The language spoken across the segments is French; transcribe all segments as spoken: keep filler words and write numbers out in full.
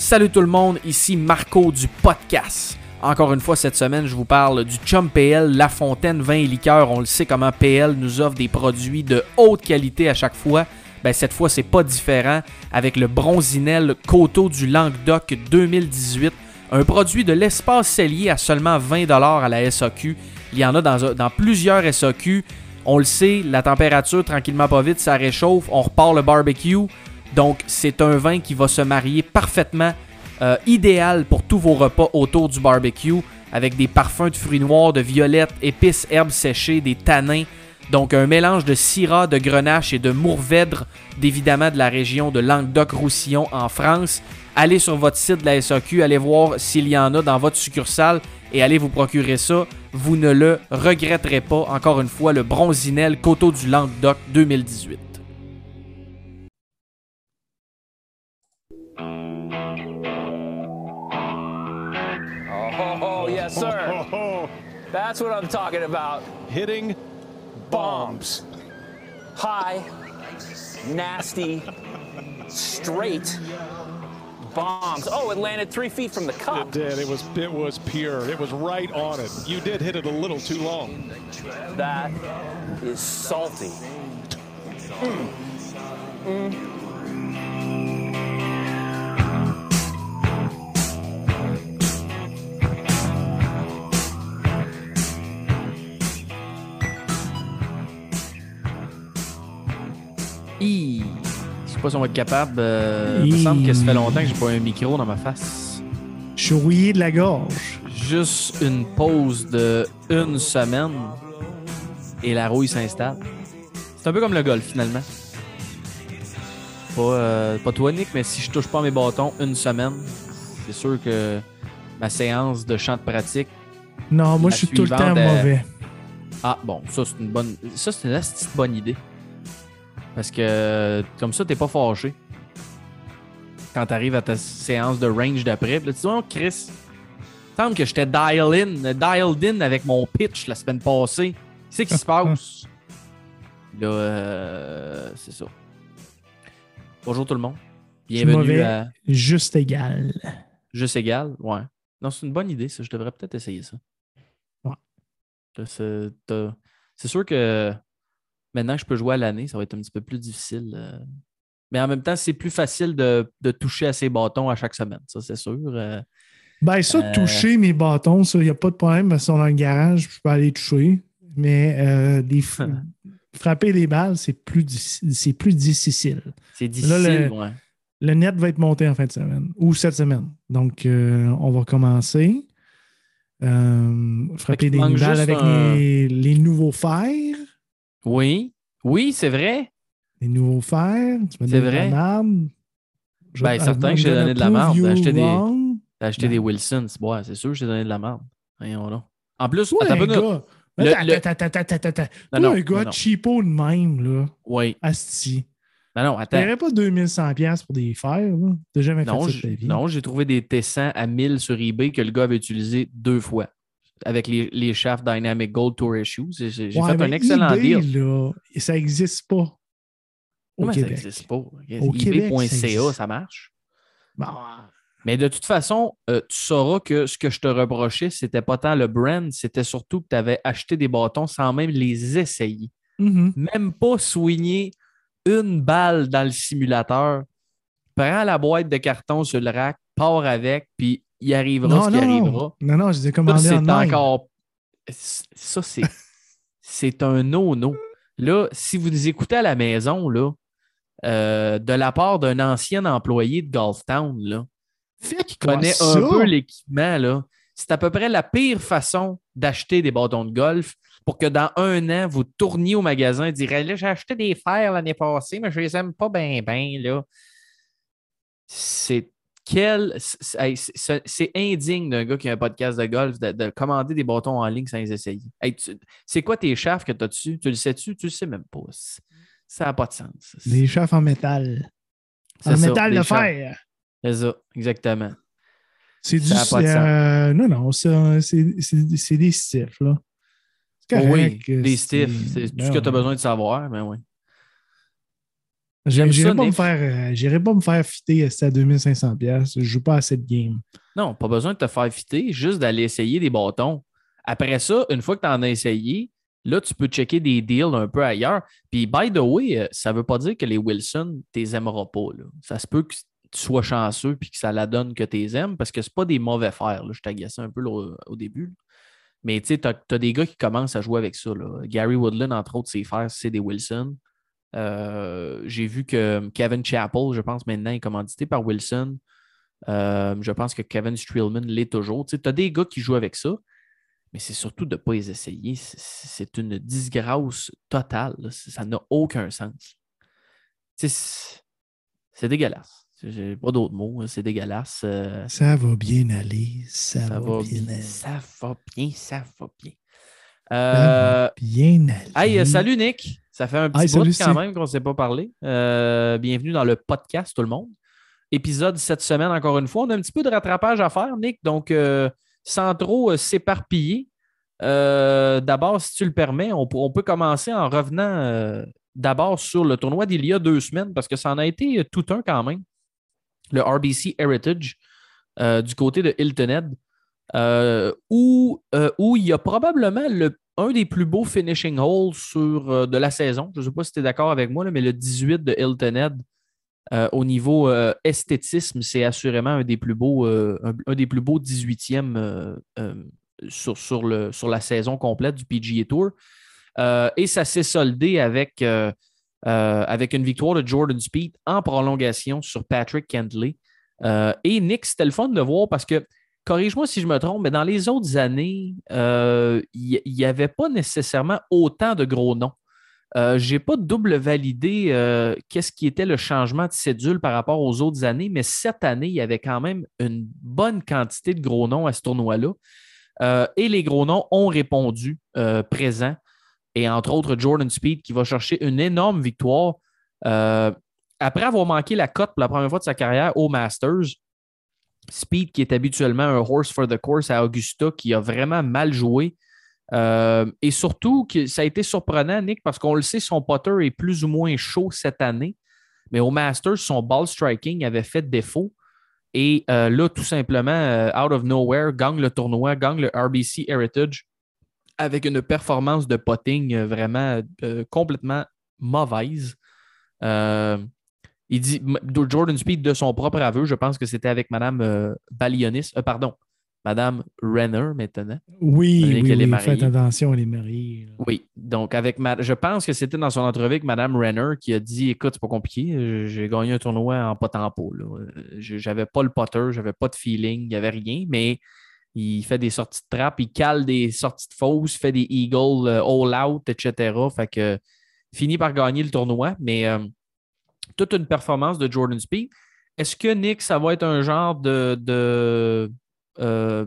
Salut tout le monde, ici Marco du podcast. Encore une fois cette semaine, je vous parle du Chum P L, La Fontaine Vin et Liqueurs. On le sait comment P L nous offre des produits de haute qualité à chaque fois. Ben, cette fois, c'est pas différent avec le Bronzinel Coteau du Languedoc deux mille dix-huit. Un produit de l'espace cellier à seulement vingt dollars à la S A Q. Il y en a dans, dans plusieurs S A Q. On le sait, la température, tranquillement pas vite, ça réchauffe. On repart le barbecue. Donc, c'est un vin qui va se marier parfaitement, euh, idéal pour tous vos repas autour du barbecue, avec des parfums de fruits noirs, de violettes, épices, herbes séchées, des tanins. Donc, un mélange de syrah, de grenache et de mourvèdre, évidemment de la région de Languedoc-Roussillon en France. Allez sur votre site de la S A Q, allez voir s'il y en a dans votre succursale et allez vous procurer ça. Vous ne le regretterez pas. Encore une fois, le Bronzinel Coteau du Languedoc deux mille dix-huit. Oh, yes, sir. That's what I'm talking about. Hitting bombs. High, nasty, straight bombs. Oh, it landed three feet from the cup. It did. It was it was pure. It was right on it. You did hit it a little too long. That is salty. Mm. Mm. Hi. Je sais pas si on va être capable. Euh, il me semble que ça fait longtemps que j'ai pas eu un micro dans ma face. Je suis rouillé de la gorge. Juste une pause de une semaine et la rouille s'installe. C'est un peu comme le golf finalement. Pas, euh, pas toi Nick, mais si je touche pas à mes bâtons une semaine, c'est sûr que ma séance de champ de pratique. Non, moi je suis tout le temps est... mauvais. Ah bon, ça c'est une bonne. Ça c'est une petite bonne idée. Parce que comme ça, t'es pas fâché. Quand t'arrives à ta séance de range d'après, là, tu dis, oh Chris, il semble que j'étais dialed in, dialed in avec mon pitch la semaine passée. Qu'est-ce qui se passe? Là, euh, c'est ça. Bonjour tout le monde. Bienvenue mauvais, à. Juste égal. Juste égal, ouais. Non, c'est une bonne idée, ça. Je devrais peut-être essayer ça. Ouais. C'est, c'est sûr que. Maintenant que je peux jouer à l'année, ça va être un petit peu plus difficile. Euh... Mais en même temps, c'est plus facile de, de toucher à ses bâtons à chaque semaine. Ça, c'est sûr. Euh... Ben, ça, euh... toucher mes bâtons, ça, il n'y a pas de problème. Parce qu'ils sont dans le garage, je peux aller toucher. Mais euh, des f... frapper des balles, c'est plus, c'est plus difficile. C'est difficile, Là, le, ouais. Le net va être monté en fin de semaine. Ou cette semaine. Donc, euh, on va commencer. Euh, frapper des balles avec un... les, les nouveaux fers. Oui, oui, c'est vrai. Les nouveaux fers, tu m'as donné de la merde. Ben, certain que je t'ai donné de la merde. T'as acheté, des, t'as acheté des Wilsons. Ouais, c'est sûr que je t'ai donné de la merde. En plus, ouais, attends, un gars. Le, le... Attends, attends, attends, attends. Toi, non, un gars non. cheapo de même, là. Oui. Asti. Non, non, attends. Tu n'aurais pas deux mille cent dollars pour des fers, là. T'as jamais non, fait ça de ta vie. Non, j'ai trouvé des T cent à mille sur eBay que le gars avait utilisé deux fois. Avec les, les shafts Dynamic Gold Tour Issues. J'ai, j'ai ouais, fait un excellent eBay, deal. Là, ça n'existe pas au Comment Québec. Ça n'existe pas? eBay point C A, ça, ça marche. Bon. Mais de toute façon, euh, tu sauras que ce que je te reprochais, c'était pas tant le brand, c'était surtout que tu avais acheté des bâtons sans même les essayer. Mm-hmm. Même pas soigner une balle dans le simulateur. Prends la boîte de carton sur le rack, pars avec, puis il arrivera non, ce non, qui arrivera. Non, non, je les ai commandés ça, en c'est ligne. encore... Ça, c'est... c'est un no-no. Là, si vous nous écoutez à la maison, là, euh, de la part d'un ancien employé de Golftown, là, qui connaît ça. un peu l'équipement, là, c'est à peu près la pire façon d'acheter des bâtons de golf pour que dans un an, vous tourniez au magasin et direz, là, j'ai acheté des fers l'année passée, mais je les aime pas bien, bien, là. C'est quel... C'est, c'est, c'est indigne d'un gars qui a un podcast de golf de, de commander des bâtons en ligne sans les essayer. Hey, tu, c'est quoi tes shafts que tu as dessus? Tu le sais-tu? Tu le sais même pas. Ça n'a pas de sens. Des shafts en métal. C'est en ça, métal de shafts. fer. C'est ça, exactement. C'est ça du... a pas de euh, non, non, c'est, c'est, c'est, c'est des stiffs, là. C'est correct, oui, des stiffs. C'est, c'est ben tout ce que tu as ouais. besoin de savoir, mais oui. J'aime J'irai ça, pas, me Nick. faire, euh, j'irai pas me faire fitter à deux mille cinq cents dollars. Je joue pas à cette game. Non, pas besoin de te faire fitter, juste d'aller essayer des bâtons. Après ça, une fois que tu en as essayé, là, tu peux checker des deals un peu ailleurs. Puis, by the way, euh, ça veut pas dire que les Wilson, tu les aimeras pas. Là. Ça se peut que tu sois chanceux puis que ça la donne que tu les aimes parce que c'est pas des mauvais fers. Là. Je t'agaçais un peu là, au, au début. Là. Mais tu sais, tu as des gars qui commencent à jouer avec ça. Là. Gary Woodland, entre autres, ses fers, c'est des Wilson. Euh, j'ai vu que Kevin Chappell, je pense maintenant, est commandité par Wilson. Euh, je pense que Kevin Streelman l'est toujours. Tu as des gars qui jouent avec ça, mais c'est surtout de ne pas les essayer. C'est, c'est une disgrâce totale. Là. Ça n'a aucun sens. C'est, c'est dégueulasse. J'ai pas d'autres mots. C'est dégueulasse. Euh, ça va bien aller. Ça, ça va, va bien bien. aller. Ça va bien. Ça va bien. Ça Euh, va bien aller. hey, salut Nick. Ça fait un petit hey, bout salut, quand même qu'on ne s'est pas parlé. Euh, bienvenue dans le podcast, tout le monde. Épisode cette semaine, encore une fois. On a un petit peu de rattrapage à faire, Nick. Donc, euh, sans trop euh, s'éparpiller, euh, d'abord, si tu le permets, on, on peut commencer en revenant euh, d'abord sur le tournoi d'il y a deux semaines, parce que ça en a été tout un quand même. Le R B C Heritage euh, du côté de Hilton Head, euh, où, euh, où il y a probablement le un des plus beaux finishing holes sur, euh, de la saison. Je ne sais pas si tu es d'accord avec moi, là, mais le dix-huit de Hilton Head, euh, au niveau euh, esthétisme, c'est assurément un des plus beaux, euh, un, un des plus beaux dix-huitièmes euh, euh, sur, sur, le, sur la saison complète du P G A Tour. Euh, et ça s'est soldé avec, euh, euh, avec une victoire de Jordan Spieth en prolongation sur Patrick Cantlay. Euh, et Nick, c'était le fun de voir parce que corrige-moi si je me trompe, mais dans les autres années, il euh, n'y avait pas nécessairement autant de gros noms. Euh, je n'ai pas double validé euh, qu'est-ce qui était le changement de cédule par rapport aux autres années, mais cette année, il y avait quand même une bonne quantité de gros noms à ce tournoi-là. Euh, et les gros noms ont répondu euh, présents. Et entre autres, Jordan Spieth qui va chercher une énorme victoire. Euh, après avoir manqué la cote pour la première fois de sa carrière au Masters, Spieth, qui est habituellement un horse for the course à Augusta, qui a vraiment mal joué. Euh, et surtout, que ça a été surprenant, Nick, parce qu'on le sait, son putter est plus ou moins chaud cette année. Mais au Masters, son ball striking avait fait défaut. Et euh, là, tout simplement, euh, out of nowhere, gagne le tournoi, gagne le R B C Heritage avec une performance de putting vraiment euh, complètement mauvaise. Euh, Il dit, Jordan Spieth, de son propre aveu, je pense que c'était avec Mme euh, Balionis, euh, pardon, Mme Renner maintenant. Oui, oui, oui, mariée. faites attention, elle est mariée. Là. Oui, donc avec ma... je pense que c'était dans son entrevue avec Mme Renner qui a dit, écoute, c'est pas compliqué, j'ai gagné un tournoi en pot en pot. Là. J'avais pas le putter, j'avais pas de feeling, il n'y avait rien, mais il fait des sorties de trappe, il cale des sorties de fausse, fait des eagles euh, all out, et cetera. Fait que finit par gagner le tournoi, mais... Euh, toute une performance de Jordan Spieth. Est-ce que, Nick, ça va être un genre de, de, euh,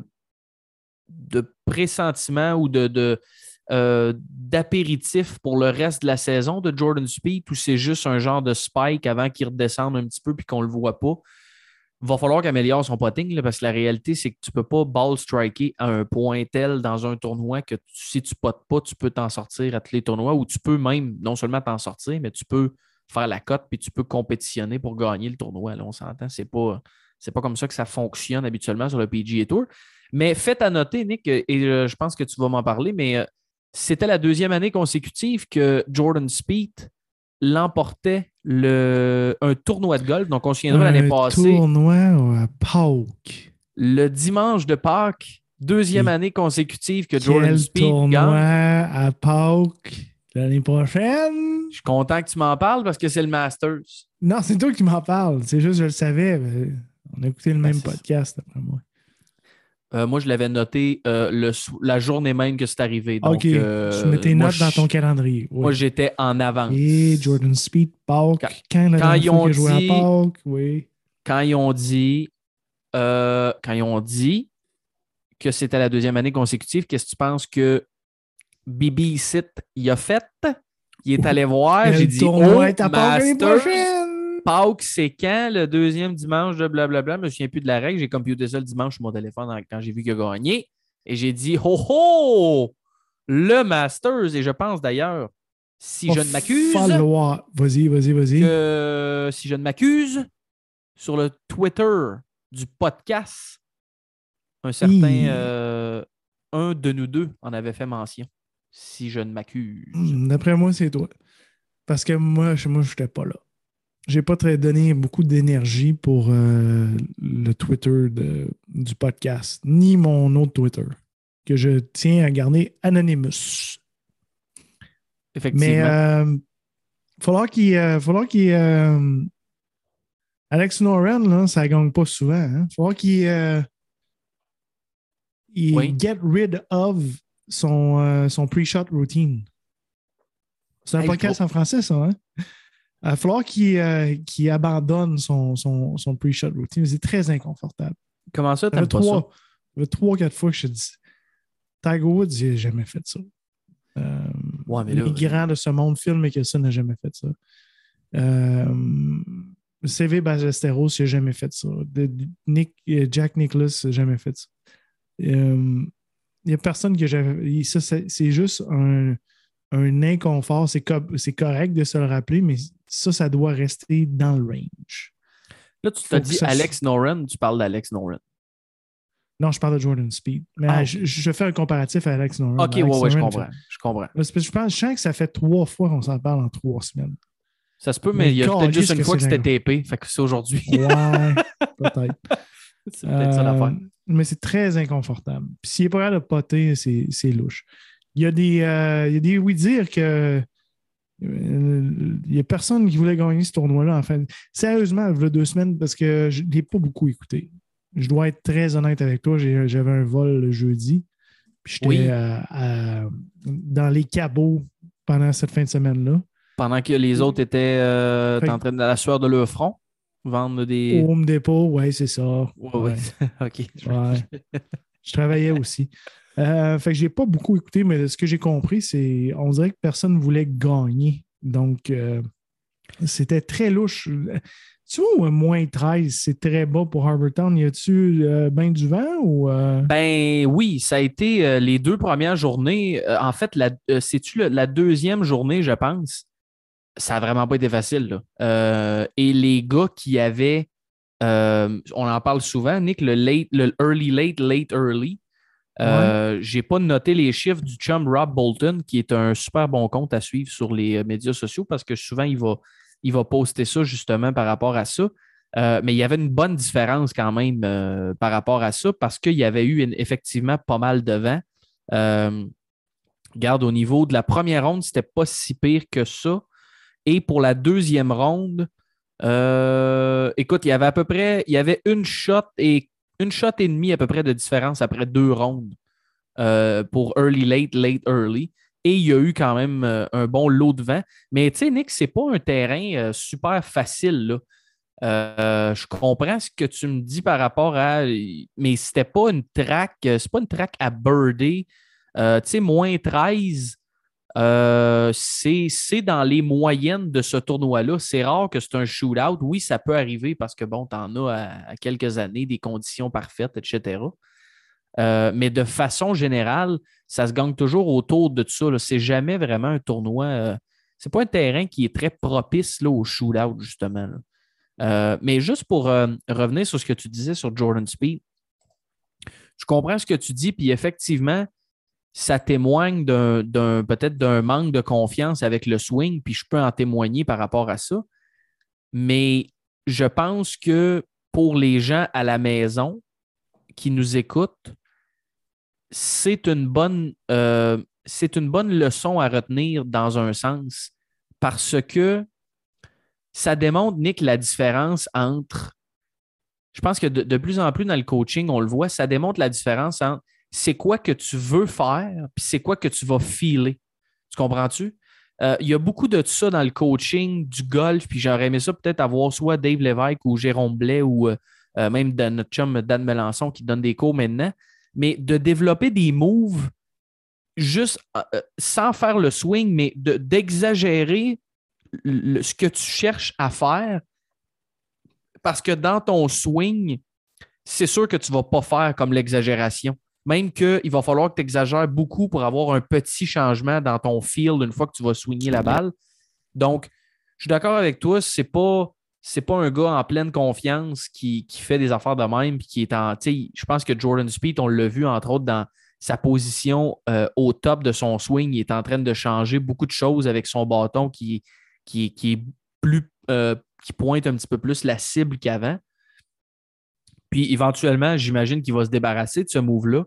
de pressentiment ou de, de, euh, d'apéritif pour le reste de la saison de Jordan Spieth ou c'est juste un genre de spike avant qu'il redescende un petit peu et qu'on ne le voit pas? Il va falloir qu'il améliore son putting là, parce que la réalité, c'est que tu ne peux pas ball striker à un point tel dans un tournoi que si tu ne potes pas, tu peux t'en sortir à tous les tournois ou tu peux même non seulement t'en sortir, mais tu peux faire la cote, puis tu peux compétitionner pour gagner le tournoi. Là, on s'entend, c'est pas, c'est pas comme ça que ça fonctionne habituellement sur le P G A Tour. Mais faites à noter, Nick, et euh, je pense que tu vas m'en parler, mais euh, c'était la deuxième année consécutive que Jordan Spieth l'emportait le, un tournoi de golf. Donc, on se souviendra l'année passée. Un tournoi à Pâques. Le dimanche de Pâques, deuxième et année consécutive que Jordan Spieth tournoi gagne. À Pâques l'année prochaine. Je suis content que tu m'en parles parce que c'est le Masters. Non, c'est toi qui m'en parles. C'est juste, je le savais. On a écouté le ben, même podcast, après moi. Euh, moi, je l'avais noté euh, le, la journée même que c'est arrivé. Donc, OK. euh, tu mets tes notes je, dans ton calendrier. Oui. Moi, j'étais en avance. Et Jordan Spieth, Pâques. Quand, quand, la quand ils ont dit, à Pâques, oui. Quand ils ont dit, euh, quand ils ont dit que c'était la deuxième année consécutive, qu'est-ce que tu penses que Bibi Sit y a fait? Il est allé voir, j'ai dit, oh, Masters, Pâques, c'est quand? Le deuxième dimanche de blablabla. Je me souviens plus de la règle. J'ai computé ça le dimanche sur mon téléphone quand j'ai vu qu'il a gagné. Et j'ai dit, oh oh! Le Masters. Et je pense d'ailleurs si je ne m'accuse, falloir... Vas-y, vas-y, vas-y. Que, si je ne m'accuse, sur le Twitter du podcast, un certain Hi. euh, un de nous deux en avait fait mention. Si je ne m'accuse. Hmm, D'après moi, c'est toi. Parce que moi, je moi, n'étais pas là. J'ai pas très donné beaucoup d'énergie pour euh, le Twitter de, du podcast, ni mon autre Twitter, que je tiens à garder anonymous. Mais Effectivement. euh, il falloir qu'il euh, falloir qu'il euh, Alex Noren, là, ça gagne pas souvent. Hein? Il falloir qu'il euh, il Oui. get rid of son, euh, son pre-shot routine. C'est un Hey, podcast je- en français, ça, hein? Il va falloir qu'il euh, qu'il abandonne son, son, son pre-shot routine. C'est très inconfortable. Comment ça, Ça fait t'aimes pas ça? trois, ça fait trois, quatre fois que je te dis. Tiger Woods, il n'a jamais fait ça. Euh, Ouais, mais là, les grands de ce monde, Phil Mickelson n'a jamais fait ça. Euh, C V Ballesteros, il n'a jamais fait ça. De, de- Nick, Jack Nicklaus n'a jamais fait ça. Euh, Il n'y a personne que j'avais. Ça, c'est, c'est juste un, un inconfort. C'est, co- c'est correct de se le rappeler, mais ça, ça doit rester dans le range. Là, tu Faut t'as que dit ça- Alex Noren, tu parles d'Alex Noren. Non, je parle de Jordan Speed. Mais Ah, euh, ok. je, je fais un comparatif à Alex Noren. Ok, ouais, Alex ouais, je Noren comprends. fait- Je comprends. Parce que je pense, je sens que ça fait trois fois qu'on s'en parle en trois semaines. Ça se peut, Mais mais il y a peut-être calisse juste une que fois que c'est c'était dingue. T P. Fait que c'est aujourd'hui. Ouais, peut-être. C'est peut-être ça l'affaire. Euh, mais c'est très inconfortable. Puis s'il n'est pas capable de poter, c'est, c'est louche. Il y a des, euh, il y a des oui-dire que euh, il n'y a personne qui voulait gagner ce tournoi-là. Enfin, sérieusement, il y a deux semaines, parce que je ne l'ai pas beaucoup écouté. Je dois être très honnête avec toi. J'ai- j'avais un vol le jeudi. Puis j'étais Oui. euh, à- dans les cabots pendant cette fin de semaine-là. Pendant que les autres étaient euh, Fait- en train de la sueur de leur front, vendre des. Au Home Depot, ouais, c'est ça. Ouais, Ouais. ouais. OK. Ouais. Je travaillais aussi. Euh, fait que j'ai pas beaucoup écouté, mais ce que j'ai compris, c'est on dirait que personne ne voulait gagner. Donc, euh, c'était très louche. Tu vois, moins treize, c'est très bas pour Harbortown. Y a-tu euh, ben du vent ou. euh, Ben oui, ça a été euh, les deux premières journées. Euh, en fait, la, euh, c'est-tu le- la deuxième journée, je pense. Ça n'a vraiment pas été facile, là. Euh, et les gars qui avaient, euh, on en parle souvent, Nick, le late, le early late, late early. Euh, J'ai pas noté les chiffres du chum Rob Bolton, qui est un super bon compte à suivre sur les euh, médias sociaux parce que souvent, il va, il va poster ça justement par rapport à ça. Euh, mais il y avait une bonne différence quand même euh, par rapport à ça parce qu'il y avait eu une- effectivement pas mal de vent. Euh, regarde, au niveau de la première ronde, c'était pas si pire que ça. Et pour la deuxième ronde, euh, écoute, il y avait à peu près, il y avait une shot et une shot et demie à peu près de différence après deux rondes euh, pour early, late, late, early. Et il y a eu quand même euh, un bon lot de vent. Mais tu sais, Nick, c'est pas un terrain euh, super facile, là. Euh, je comprends ce que tu me dis par rapport à. Mais c'était pas une track, c'est pas une track à birder. Euh, tu sais, moins treize. Euh, c'est, c'est dans les moyennes de ce tournoi-là. C'est rare que c'est un shootout. Oui, ça peut arriver parce que, bon, tu en as à, à quelques années des conditions parfaites, et cetera. Euh, mais de façon générale, ça se gagne toujours autour de ça, là. C'est jamais vraiment un tournoi. Euh, c'est pas un terrain qui est très propice là, au shootout, justement, là. Euh, mais juste pour euh, revenir sur ce que tu disais sur Jordan Speed, je comprends ce que tu dis, puis effectivement, ça témoigne d'un, d'un, peut-être d'un manque de confiance avec le swing, puis je peux en témoigner par rapport à ça. Mais je pense que pour les gens à la maison qui nous écoutent, c'est une bonne, euh, c'est une bonne leçon à retenir dans un sens parce que ça démontre, Nick, la différence entre. Je pense que de, de plus en plus dans le coaching, on le voit, ça démontre la différence entre c'est quoi que tu veux faire puis c'est quoi que tu vas filer. Tu comprends-tu? Euh, il y a beaucoup de ça dans le coaching, du golf, puis j'aurais aimé ça peut-être avoir soit Dave Lévesque ou Jérôme Blais ou euh, euh, même de notre chum Dan Melançon qui donne des cours maintenant, mais de développer des moves juste euh, sans faire le swing, mais de, d'exagérer le, ce que tu cherches à faire parce que dans ton swing, c'est sûr que tu ne vas pas faire comme l'exagération. même qu'il va falloir que tu exagères beaucoup pour avoir un petit changement dans ton field une fois que tu vas swinger la balle. Donc, je suis d'accord avec toi, c'est pas, c'est pas un gars en pleine confiance qui, qui fait des affaires de même puis qui est en. Je pense que Jordan Spieth, on l'a vu entre autres dans sa position euh, au top de son swing. Il est en train de changer beaucoup de choses avec son bâton qui, qui, qui est plus euh, qui pointe un petit peu plus la cible qu'avant. Puis éventuellement, j'imagine qu'il va se débarrasser de ce move-là.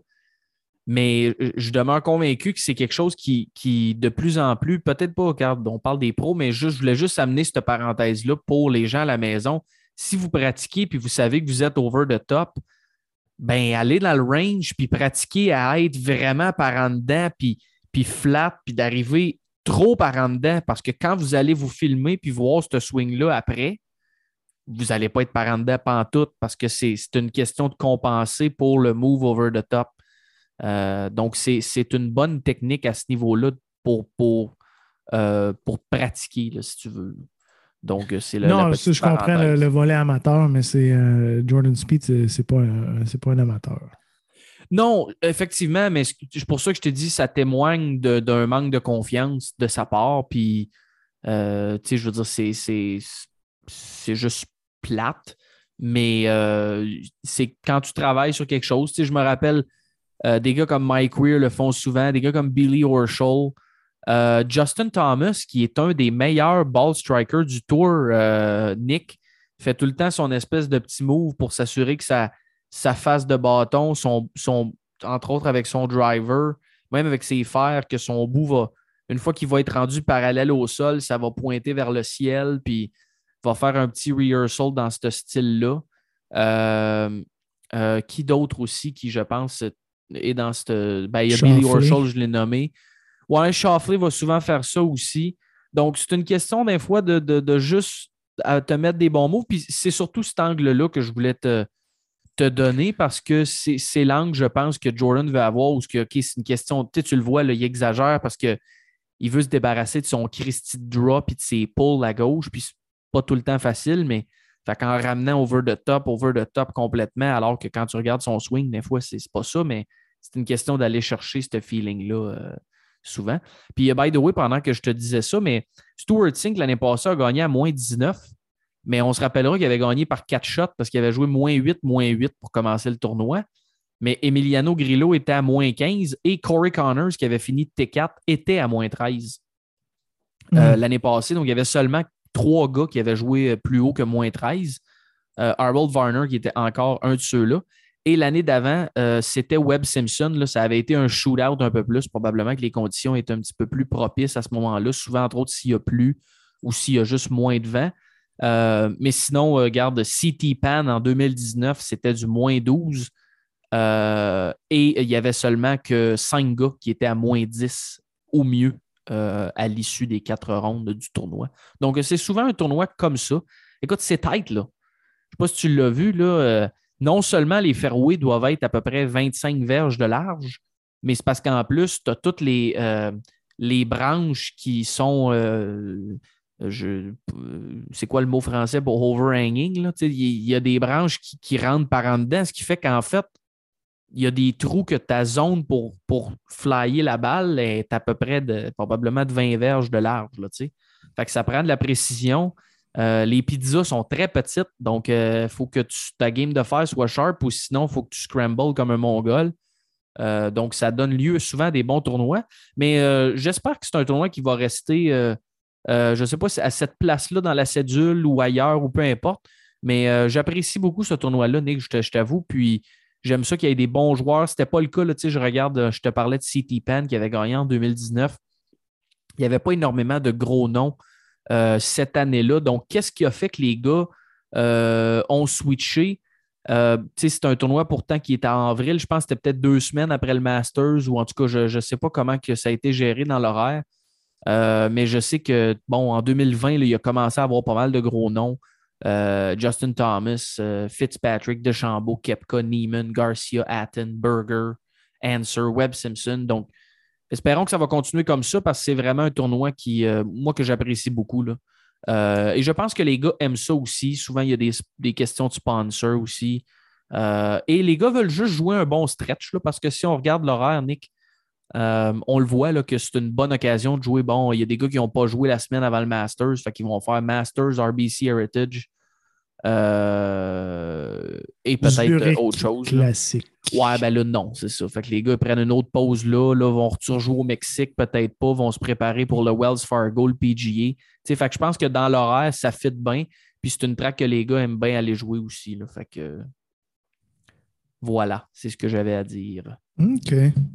Mais je demeure convaincu que c'est quelque chose qui, qui de plus en plus, peut-être pas, car on parle des pros, mais juste, je voulais juste amener cette parenthèse-là pour les gens à la maison. Si vous pratiquez puis vous savez que vous êtes over the top, ben allez dans le range puis pratiquez à être vraiment par en dedans puis, puis flat puis d'arriver trop par en dedans parce que quand vous allez vous filmer puis voir ce swing-là après, vous n'allez pas être par en dedans pantoute parce que c'est, c'est une question de compenser pour le move over the top. Euh, donc, c'est, c'est une bonne technique à ce niveau-là pour, pour, euh, pour pratiquer, là, si tu veux. Donc, c'est le. Non, ça, je comprends le, le volet amateur, mais c'est euh, Jordan Spieth, c'est, c'est, pas un, c'est pas un amateur. Non, effectivement, mais c'est pour ça que je te dis, ça témoigne de, d'un manque de confiance de sa part. Puis, euh, tu sais, je veux dire, c'est, c'est, c'est juste plate, mais euh, c'est quand tu travailles sur quelque chose. Tu sais, je me rappelle. Euh, des gars comme Mike Weir le font souvent, des gars comme Billy Horschel. Euh, Justin Thomas, qui est un des meilleurs ball strikers du tour, euh, Nick, fait tout le temps son espèce de petit move pour s'assurer que sa, sa face de bâton, son, son, entre autres avec son driver, même avec ses fers, que son bout va, une fois qu'il va être rendu parallèle au sol, ça va pointer vers le ciel, puis va faire un petit rehearsal dans ce style-là. Euh, euh, qui d'autre aussi qui, je pense, et dans cette. Ben, il y a Billy Horschel, je l'ai nommé. Ouais, Schauffele va souvent faire ça aussi. Donc, c'est une question des fois de, de, de juste te mettre des bons mots. Puis c'est surtout cet angle-là que je voulais te, te donner parce que c'est, c'est l'angle, je pense, que Jordan veut avoir où que, OK, c'est une question. Tu sais, tu le vois, là, il exagère parce qu'il veut se débarrasser de son Christy de drop et de ses pulls à gauche. Puis c'est pas tout le temps facile, mais fait qu'en ramenant over the top, over the top complètement, alors que quand tu regardes son swing, des fois, c'est, c'est pas ça, mais c'est une question d'aller chercher ce feeling-là euh, souvent. Puis, by the way, pendant que je te disais ça, mais Stuart Sink, l'année passée, a gagné à moins dix-neuf, mais on se rappellera qu'il avait gagné par quatre shots parce qu'il avait joué moins huit, moins huit pour commencer le tournoi. Mais Emiliano Grillo était à moins quinze et Corey Connors, qui avait fini T quatre, était à moins treize euh, mmh. l'année passée. Donc, il y avait seulement trois gars qui avaient joué plus haut que moins treize. Euh, Harold Varner, qui était encore un de ceux-là. Et l'année d'avant, euh, c'était Webb Simpson. Là, ça avait été un shootout un peu plus. Probablement que les conditions étaient un petit peu plus propices à ce moment-là. Souvent, entre autres, s'il y a plu ou s'il y a juste moins de vent. Euh, mais sinon, euh, regarde, C T Pan en deux mille dix-neuf, c'était du moins douze. Euh, et il y avait seulement que cinq gars qui étaient à moins dix au mieux euh, à l'issue des quatre rondes du tournoi. Donc, c'est souvent un tournoi comme ça. Écoute, c'est tight, là. Je ne sais pas si tu l'as vu, là. Euh, non seulement les fairways doivent être à peu près vingt-cinq verges de large, mais c'est parce qu'en plus, tu as toutes les, euh, les branches qui sont... Euh, je, c'est quoi le mot français pour overhanging? Là? Il y a des branches qui, qui rentrent par en dedans, ce qui fait qu'en fait, il y a des trous que ta zone pour, pour flyer la balle est à peu près de, probablement de vingt verges de large. Là, fait que ça prend de la précision. Euh, les pizzas sont très petites, donc il euh, faut que tu, ta game de fer soit sharp ou sinon, il faut que tu scrambles comme un mongol. Euh, donc, ça donne lieu souvent à des bons tournois. Mais euh, j'espère que c'est un tournoi qui va rester, euh, euh, je ne sais pas si à cette place-là dans la cédule ou ailleurs ou peu importe, mais euh, j'apprécie beaucoup ce tournoi-là, Nick, je, je t'avoue. Puis, j'aime ça qu'il y ait des bons joueurs. Ce n'était pas le cas, là, je regarde, je te parlais de C T Pan qui avait gagné en deux mille dix-neuf. Il n'y avait pas énormément de gros noms Euh, cette année-là. Donc, qu'est-ce qui a fait que les gars euh, ont switché? Euh, c'est un tournoi pourtant qui était en avril. Je pense que c'était peut-être deux semaines après le Masters ou en tout cas, je ne sais pas comment que ça a été géré dans l'horaire. Euh, mais je sais que, bon, en deux mille vingt, là, il a commencé à avoir pas mal de gros noms. Euh, Justin Thomas, euh, Fitzpatrick, DeChambeau, Koepka, Neiman, Garcia, Hatton, Berger, Anser, Webb Simpson. Donc, espérons que ça va continuer comme ça parce que c'est vraiment un tournoi qui, euh, moi, que j'apprécie beaucoup. Là. Euh, et je pense que les gars aiment ça aussi. Souvent, il y a des, des questions de sponsors aussi. Euh, et les gars veulent juste jouer un bon stretch, là, parce que si on regarde l'horaire, Nick, euh, on le voit là, que c'est une bonne occasion de jouer. Bon, il y a des gars qui n'ont pas joué la semaine avant le Masters, fait qu'ils vont faire Masters, R B C Heritage euh, et peut-être Zurich autre chose. Là. Classique. Ouais, ben là, non, c'est ça. Fait que les gars prennent une autre pause là, là vont rejouer au Mexique, peut-être pas, vont se préparer pour le Wells Fargo, le P G A. T'sais, fait que je pense que dans l'horaire, ça fit bien. Puis c'est une track que les gars aiment bien aller jouer aussi. Là. Fait que voilà, c'est ce que j'avais à dire. OK.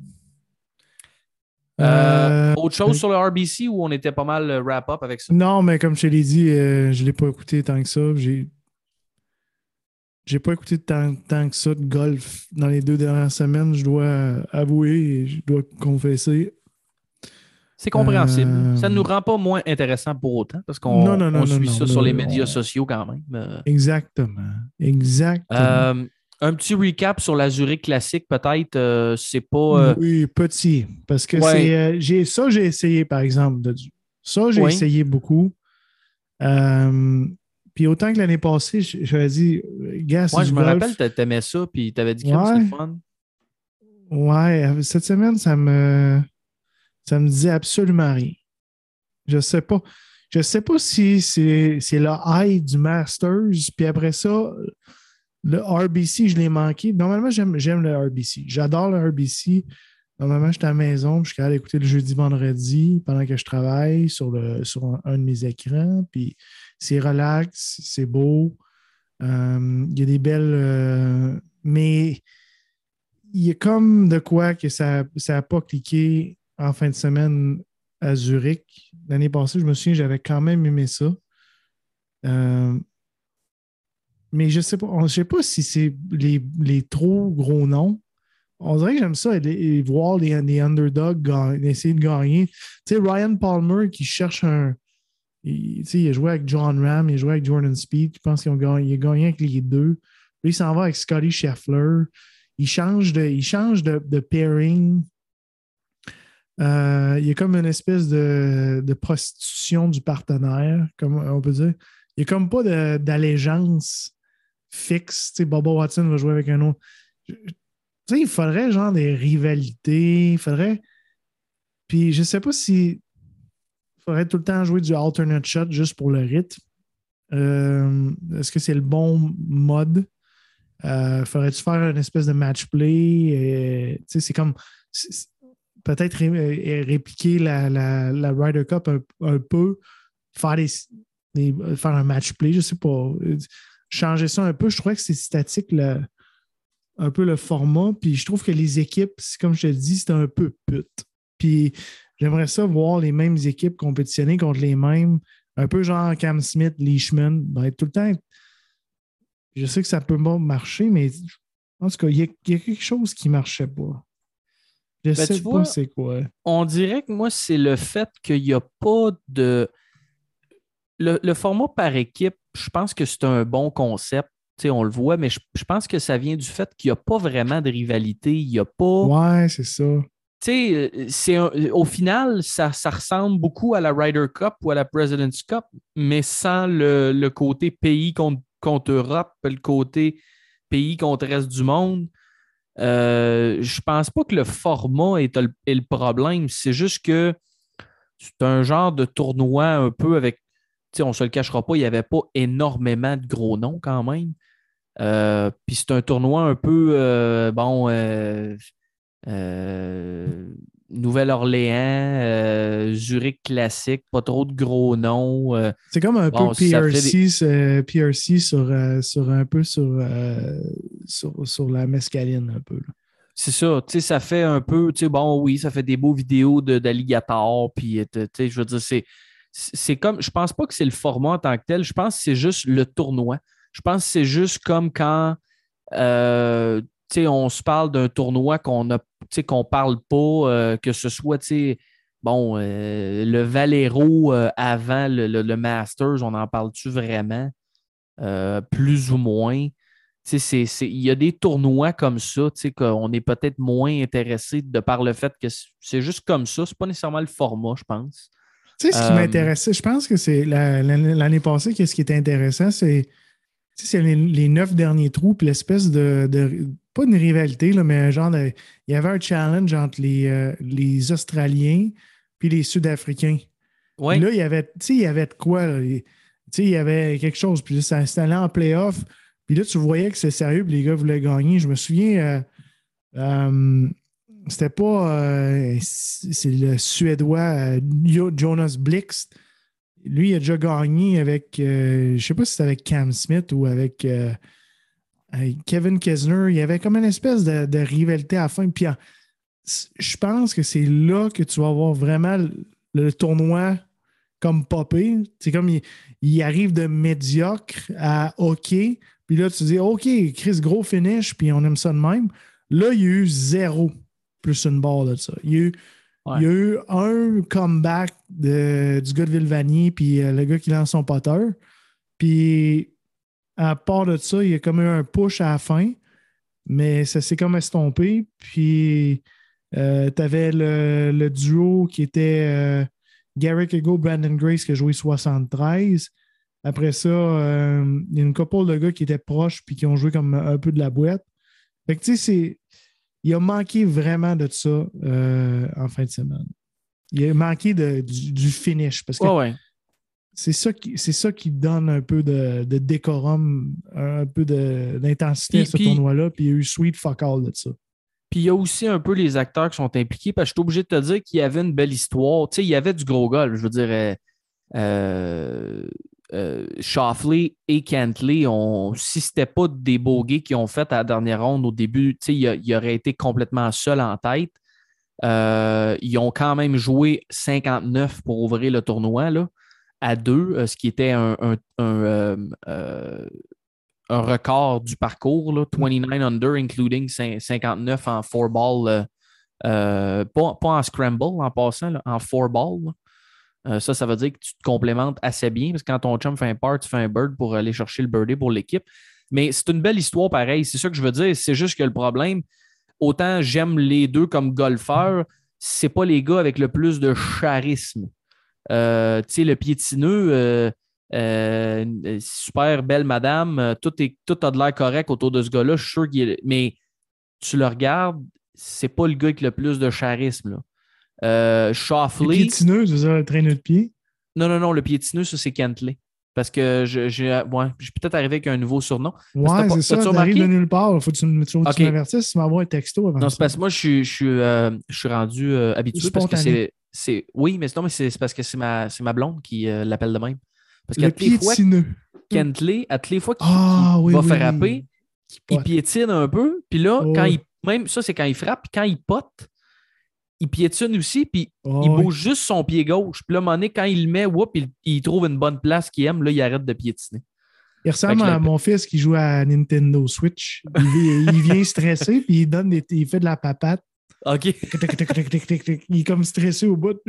Euh, Euh, autre chose sur le R B C où on était pas mal wrap-up avec ça? Non, mais comme je te l'ai dit, euh, je ne l'ai pas écouté tant que ça. J'ai j'ai pas écouté tant, tant que ça de golf dans les deux dernières semaines, je dois avouer et je dois confesser. C'est compréhensible. Euh... Ça ne nous rend pas moins intéressant pour autant parce qu'on non, non, non, on non, suit non, ça non, sur les on... médias sociaux quand même. Euh... Exactement. Exactement. Euh, un petit recap sur la Zurich Classique, peut-être. Euh, c'est pas. Euh... Oui, petit. Parce que ouais. c'est. Euh, j'ai, ça, j'ai essayé, par exemple. De, ça, j'ai oui. essayé beaucoup. Euh, puis autant que l'année passée, j'avais dit, gars, c'est ouais, du je me golf. rappelle, t'aimais ça, puis t'avais dit que ouais. c'était le fun. Ouais, cette semaine, ça me. Ça me disait absolument rien. Je sais pas. Je sais pas si c'est, c'est le high du Masters, puis après ça, le R B C, je l'ai manqué. Normalement, j'aime, j'aime le R B C. J'adore le R B C. Normalement, je suis à la maison, puis je suis capable d'écouter le jeudi, vendredi pendant que je travaille sur, le, sur un, un de mes écrans. Puis c'est relax, c'est beau. Euh, il y a des belles. Euh, mais il y a comme de quoi que ça n'a pas cliqué en fin de semaine à Zurich. L'année passée, je me souviens, j'avais quand même aimé ça. Euh, mais je ne sais pas, je sais pas si c'est les, les trop gros noms. On dirait que j'aime ça, les, voir les, les underdogs gagner, essayer de gagner. Tu sais, Ryan Palmer qui cherche un. Il, il a joué avec John Ram, il a joué avec Jordan Speed. Je pense qu'il a gagné, il a gagné avec les deux. Puis il s'en va avec Scotty Scheffler. Il change de, il change de, de pairing. Euh, il y a comme une espèce de, de prostitution du partenaire, comme on peut dire. Il n'y a comme pas de, d'allégeance fixe. Tu sais, Bubba Watson va jouer avec un autre. Tu sais, il faudrait genre des rivalités. Il faudrait. Puis je sais pas si. Il faudrait tout le temps jouer du alternate shot juste pour le rythme. Euh, est-ce que c'est le bon mode? Euh, faudrait-tu faire une espèce de match play? Tu sais, c'est comme. C'est, peut-être ré, répliquer la, la, la Ryder Cup un, un peu, faire, des, des, faire un match play, je sais pas. Changer ça un peu. Je trouvais que c'est statique, le, un peu le format. Puis je trouve que les équipes, comme je te dis, c'est un peu pute. Puis j'aimerais ça voir les mêmes équipes compétitionner contre les mêmes, un peu genre Cam Smith, Leishman. Ben, tout le temps, je sais que ça peut pas marcher, mais en tout cas, il y, y a quelque chose qui ne marchait pas. Je ben, sais tu pas vois, c'est quoi. On dirait que moi, c'est le fait qu'il n'y a pas de. Le, le format par équipe, je pense que c'est un bon concept. T'sais, on le voit, mais je, je pense que ça vient du fait qu'il n'y a pas vraiment de rivalité. Il n'y a pas. Ouais, c'est ça. Tu sais, au final, ça, ça ressemble beaucoup à la Ryder Cup ou à la President's Cup, mais sans le, le côté pays contre, contre Europe, le côté pays contre le reste du monde. Euh, je pense pas que le format est le, est le problème. C'est juste que c'est un genre de tournoi un peu avec. Tu sais, on ne se le cachera pas, il n'y avait pas énormément de gros noms quand même. Euh, Puis c'est un tournoi un peu euh, bon. Euh, euh, Nouvelle-Orléans, euh, Zurich classique, pas trop de gros noms. Euh, c'est comme un bon, peu P R C, des... euh, P R C sur, euh, sur un peu sur, euh, sur, sur la mescaline un peu. Là. C'est ça, tu sais, ça fait un peu, tu sais, bon, oui, ça fait des beaux vidéos de, d'alligators, puis, tu sais, je veux dire, c'est, c'est comme, je pense pas que c'est le format en tant que tel, je pense que c'est juste le tournoi. Je pense que c'est juste comme quand, euh, tu sais, on se parle d'un tournoi qu'on a, tu sais, qu'on parle pas, euh, que ce soit, tu sais, bon, euh, le Valero euh, avant le, le, le Masters, on en parle-tu vraiment? Euh, plus ou moins. C'est, c'est, il y a des tournois comme ça, qu'on est peut-être moins intéressé de par le fait que c'est juste comme ça. C'est pas nécessairement le format, je pense. Tu sais, ce qui euh, m'intéressait, je pense que c'est la, la, l'année passée, qu'est-ce qui était intéressant, c'est Tu sais, c'est les, les neuf derniers trous, puis l'espèce de, de. Pas une rivalité, là, mais genre, de, il y avait un challenge entre les, euh, les Australiens puis les Sud-Africains. Oui. Puis là, il y avait, tu sais, il y avait de quoi, là. Tu sais, il y avait quelque chose. Puis là, ça s'est allé en playoff. Puis là, tu voyais que c'est sérieux, puis les gars voulaient gagner. Je me souviens, euh, euh, c'était pas. Euh, c'est le Suédois euh, Jonas Blixt. Lui, il a déjà gagné avec. Euh, je sais pas si c'était avec Cam Smith ou avec, euh, avec Kevin Kisner. Il y avait comme une espèce de, de rivalité à la fin. Puis je pense que c'est là que tu vas avoir vraiment le, le tournoi comme popé. C'est comme il, il arrive de médiocre à OK. Puis là, tu dis OK, Chris, gros finish, puis on aime ça de même. Là, il y a eu zéro plus une barre de ça. Il y a eu, ouais. il y a eu un comeback de, du gars de Villevanier, puis euh, le gars qui lance son poteur. Puis à part de ça, il y a comme eu un push à la fin, mais ça s'est comme estompé. Puis euh, tu avais le, le duo qui était euh, Garrick Ego, Brandon Grace qui a joué soixante-treize. Après ça, euh, il y a une couple de gars qui étaient proches puis qui ont joué comme un peu de la boîte. Fait que tu sais, c'est. Il a manqué vraiment de ça euh, en fin de semaine. Il a manqué de, du, du finish. Parce que ouais, ouais. c'est, ça qui, c'est ça qui donne un peu de, de décorum, un peu de, d'intensité puis, à ce puis, tournoi-là. Puis il y a eu sweet fuck all de ça. Puis il y a aussi un peu les acteurs qui sont impliqués. Parce que je suis obligé de te dire qu'il y avait une belle histoire. Tu sais, il y avait du gros golf. Je veux dire, euh, euh, euh, Schauffele et Cantlay, ont, si ce n'était pas des bogeys qu'ils ont fait à la dernière ronde au début, il, il aurait été complètement seul en tête. Euh, ils ont quand même joué cinquante-neuf pour ouvrir le tournoi là, à deux, ce qui était un, un, un, euh, euh, un record du parcours, là, vingt-neuf under, including cinquante-neuf en four ball, euh, euh, pas, pas en scramble en passant, là, en four ball. Là. Euh, ça, ça veut dire que tu te complémentes assez bien parce que quand ton chum fait un par, tu fais un bird pour aller chercher le birdie pour l'équipe. Mais c'est une belle histoire pareil. C'est ça que je veux dire. C'est juste que le problème, autant j'aime les deux comme golfeurs, c'est pas les gars avec le plus de charisme. Euh, tu sais, le piétineux, euh, euh, super belle madame, tout, est, tout a de l'air correct autour de ce gars-là. Je suis sûr qu'il est. Mais tu le regardes, c'est pas le gars avec le plus de charisme, là. Euh, Schauffele. Le piétineux, c'est ça, le traîneur de pied? Non, non, non, le piétineux, ça, c'est Cantlay. Parce que je, je, ouais, je suis peut-être arrivé avec un nouveau surnom. Ouais, c'est ça, tu arrives de nulle part. Il faut que tu, tu, okay. tu m'avertisses, tu m'envoies un texto avant. Non, c'est parce que moi, je suis, je suis, euh, je suis rendu euh, habitué parce que c'est, c'est. Oui, mais, non, mais c'est, c'est parce que c'est ma, c'est ma blonde qui euh, l'appelle de même. Parce le piétineux. Cantlay, à toutes les fois qu'il, ah, qu'il oui, va oui, frapper, oui. il piétine un peu. Puis là, oh. quand il. Même ça, c'est quand il frappe. Puis quand il pote, il piétine aussi, puis oh, il bouge oui. juste son pied gauche. Puis là, à un moment donné, quand il le met, whoop, il, il trouve une bonne place qu'il aime, là, il arrête de piétiner. Il ressemble à mon fils qui joue à Nintendo Switch. Il, il vient stressé, puis il, donne des, il fait de la papate. OK. Il est comme stressé au bout.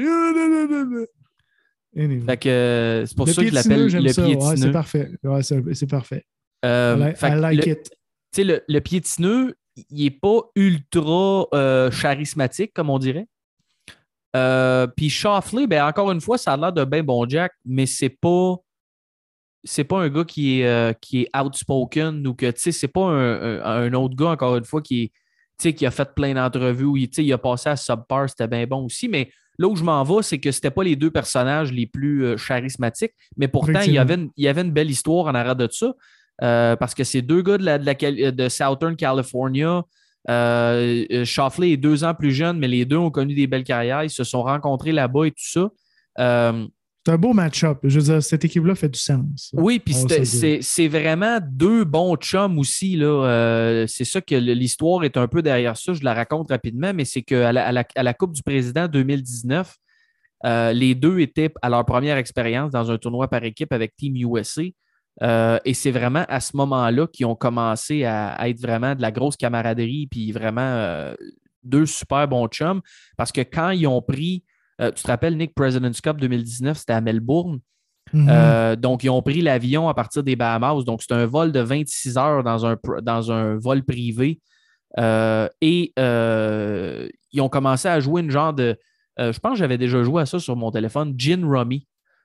Anyway. Fait que c'est pour le ça que je l'appelle le ça. piétineux. Ouais, c'est parfait. Ouais, c'est, c'est parfait. Euh, I like, I like le, it. Tu sais, le, le piétineux, il n'est pas ultra euh, charismatique, comme on dirait. Euh, Puis Schauffele, ben, encore une fois, ça a l'air de bien bon Jack, mais c'est pas c'est pas un gars qui est, euh, qui est outspoken ou que, tu sais, c'est pas un, un, un autre gars, encore une fois, qui, est, tu sais, qui a fait plein d'entrevues où il, il a passé à Subpar, c'était bien bon aussi, mais là où je m'en vais, c'est que c'était pas les deux personnages les plus euh, charismatiques, mais pourtant, il y, avait une, il y avait une belle histoire en arrière de ça. Euh, parce que c'est deux gars de, la, de, la, de Southern California. Euh, Schauffele est deux ans plus jeune, mais les deux ont connu des belles carrières. Ils se sont rencontrés là-bas et tout ça. Euh, c'est un beau match-up. Je veux dire, cette équipe-là fait du sens. Oui, puis c'est, c'est vraiment deux bons chums aussi. Là. Euh, c'est ça que l'histoire est un peu derrière ça. Je la raconte rapidement, mais c'est qu'à la, à la, à la Coupe du Président deux mille dix-neuf, euh, les deux étaient à leur première expérience dans un tournoi par équipe avec Team U S A. Euh, et c'est vraiment à ce moment-là qu'ils ont commencé à, à être vraiment de la grosse camaraderie puis vraiment euh, deux super bons chums. Parce que quand ils ont pris, euh, tu te rappelles, Nick, President's Cup deux mille dix-neuf, c'était à Melbourne. Mm-hmm. Euh, donc, ils ont pris l'avion à partir des Bahamas. Donc, c'est un vol de vingt-six heures dans un, dans un vol privé. Euh, et euh, ils ont commencé à jouer une genre de... Euh, je pense que j'avais déjà joué à ça sur mon téléphone, Gin Rummy.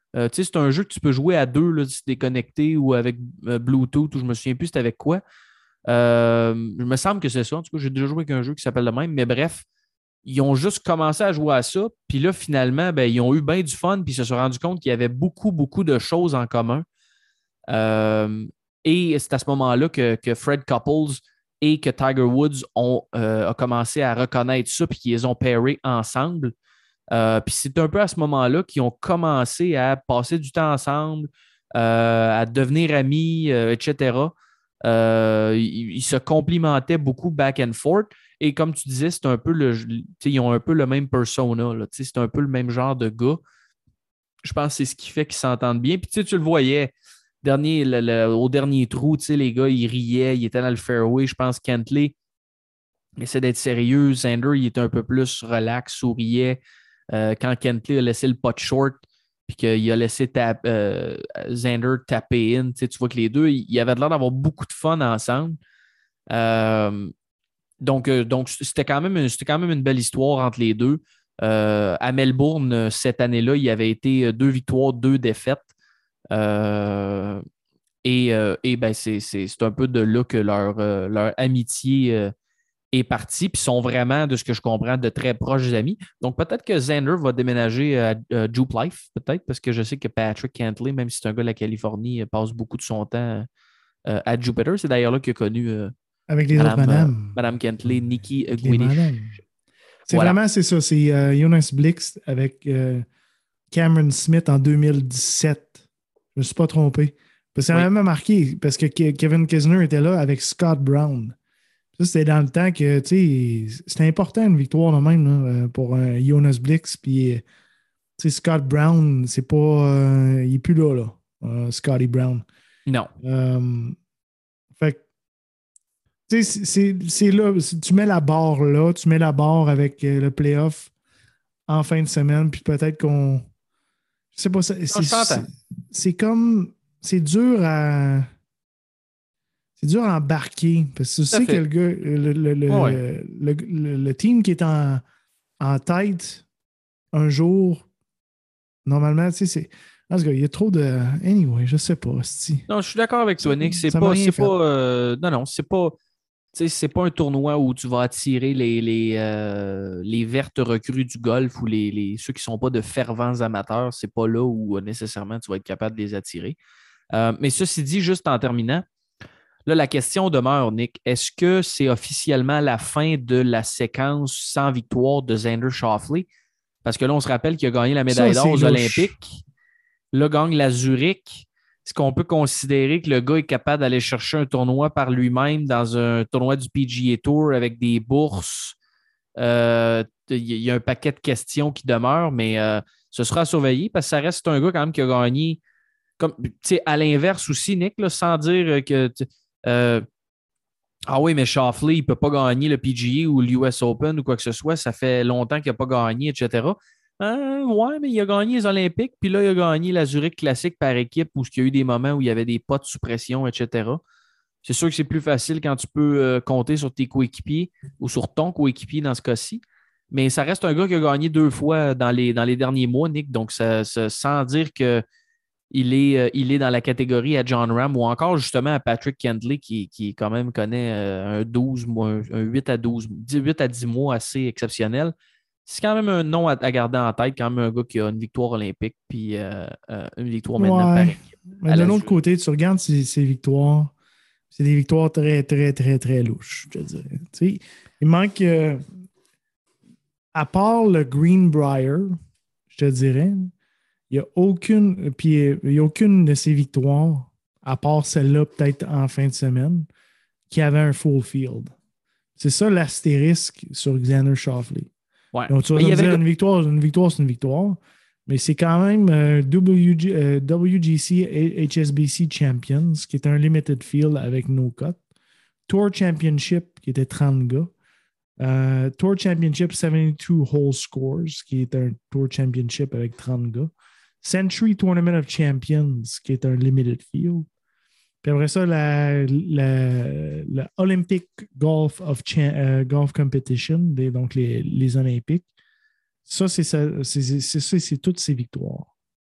Euh, tu sais, c'est un jeu que tu peux jouer à deux, là, si tu es connecté ou avec euh, Bluetooth, ou je me souviens plus c'était avec quoi. Euh, il me semble que c'est ça. En tout cas, j'ai déjà joué avec un jeu qui s'appelle le même. Mais bref, ils ont juste commencé à jouer à ça. Puis là, finalement, ben, ils ont eu bien du fun. Puis ils se sont rendus compte qu'il y avait beaucoup, beaucoup de choses en commun. Euh, et c'est à ce moment-là que, que Fred Couples et que Tiger Woods ont euh, a commencé à reconnaître ça. Puis qu'ils les ont pairés ensemble. Euh, puis c'est un peu à ce moment-là qu'ils ont commencé à passer du temps ensemble, euh, à devenir amis, euh, et cetera. Euh, ils, ils se complimentaient beaucoup back and forth. Et comme tu disais, c'est un peu le, ils ont un peu le même persona. Là, c'est un peu le même genre de gars. Je pense que c'est ce qui fait qu'ils s'entendent bien. Puis tu le voyais, dernier, le, le, au dernier trou, les gars, ils riaient, ils étaient dans le fairway. Je pense que Cantlay essaie d'être sérieux. Xander, il était un peu plus relax, souriait. Euh, quand Cantlay a laissé le pot short, puis qu'il a laissé tap, euh, Xander taper in, tu vois que les deux, ils avaient l'air d'avoir beaucoup de fun ensemble. Euh, donc, euh, donc c'était, quand même, c'était quand même une belle histoire entre les deux. Euh, à Melbourne, cette année-là, il y avait été deux victoires, deux défaites. Euh, et euh, et ben, c'est, c'est, c'est un peu de là que leur, euh, leur amitié euh, est parti, puis sont vraiment, de ce que je comprends, de très proches amis. Donc, peut-être que Xander va déménager à, à Jupe Life, peut-être, parce que je sais que Patrick Cantlay, même si c'est un gars de la Californie, passe beaucoup de son temps euh, à Jupiter. C'est d'ailleurs là qu'il a connu euh, Avec les Madame, autres madames. euh, Madame Cantlay, Nikki Avec les Gwynnish. madames. C'est Voilà. vraiment, c'est ça. C'est euh, Jonas Blix avec euh, Cameron Smith en deux mille dix-sept. Je me suis pas trompé. Parce que ça Oui. m'a même marqué, parce que Ke- Kevin Kisner était là avec Scott Brown. Ça, c'était dans le temps que, tu sais, c'était important une victoire de même là, pour un Jonas Blix. Puis, tu sais, Scott Brown, c'est pas. Euh, il est plus là, là. Euh, Scotty Brown. Non. Euh, fait que, tu sais, c'est, c'est là. Tu mets la barre là, tu mets la barre avec euh, le playoff en fin de semaine, puis peut-être qu'on. Je sais pas, c'est, c'est, c'est, c'est comme. C'est dur à. C'est dur à embarquer parce que tu sais que le gars, le, le, le, ouais. le, le, le team qui est en, en tête un jour, normalement, tu sais, c'est. En tout cas, il y a trop de. Anyway, je sais pas. Si. Non, je suis d'accord avec toi, Nick. C'est ça pas. C'est pas euh, non, non, c'est pas. Tu sais, c'est pas un tournoi où tu vas attirer les, les, euh, les vertes recrues du golf ou les, les, ceux qui ne sont pas de fervents amateurs. C'est pas là où nécessairement tu vas être capable de les attirer. Euh, mais ceci dit, juste en terminant, là, la question demeure, Nick. Est-ce que c'est officiellement la fin de la séquence sans victoire de Xander Schauffele? Parce que là, on se rappelle qu'il a gagné la médaille d'or aux Olympiques. Là, gagne la Zurich. Est-ce qu'on peut considérer que le gars est capable d'aller chercher un tournoi par lui-même dans un tournoi du P G A Tour avec des bourses? Euh, il y a un paquet de questions qui demeurent, mais euh, ce sera à surveiller parce que ça reste un gars quand même qui a gagné. Comme, à l'inverse aussi, Nick, là, sans dire que euh, ah oui, mais Schauffele, il ne peut pas gagner le P G A ou l'U S Open ou quoi que ce soit. Ça fait longtemps qu'il n'a pas gagné, et cetera. Euh, ouais, mais il a gagné les Olympiques, puis là, il a gagné la Zurich Classique par équipe où il y a eu des moments où il y avait des potes sous pression, et cetera. C'est sûr que c'est plus facile quand tu peux euh, compter sur tes coéquipiers ou sur ton coéquipier dans ce cas-ci. Mais ça reste un gars qui a gagné deux fois dans les, dans les derniers mois, Nick. Donc, ça, ça, sans dire que il est, euh, il est dans la catégorie à John Ram ou encore justement à Patrick Cantlay qui, qui quand même connaît euh, un douze mois, un, un huit à douze, huit à dix mois assez exceptionnel. C'est quand même un nom à, à garder en tête, quand même un gars qui a une victoire olympique puis euh, euh, une victoire maintenant ouais. par équipe. Mais d'un autre côté, tu regardes ces, ces victoires, c'est des victoires très, très, très, très louches, je te dirais. Tu sais, il manque, euh, à part le Greenbrier, je te dirais, il n'y a aucune, puis il y a aucune de ces victoires, à part celle-là, peut-être en fin de semaine, qui avait un full field. C'est ça l'astérisque sur Xander Schauffele. Ouais. Donc, tu vas me dire, une victoire, une victoire, c'est une victoire, mais c'est quand même euh, W G, euh, W G C H S B C Champions, qui est un limited field avec no cut. Tour Championship, qui était trente gars. Euh, Tour Championship soixante-douze Hole Scores, qui est un Tour Championship avec trente gars. Century Tournament of Champions, qui est un limited field. Puis après ça, la, la, la Olympic Golf of Cha- uh, Golf Competition, des, donc les, les Olympiques. Ça, c'est, ça, c'est, c'est, c'est, c'est toutes ces victoires.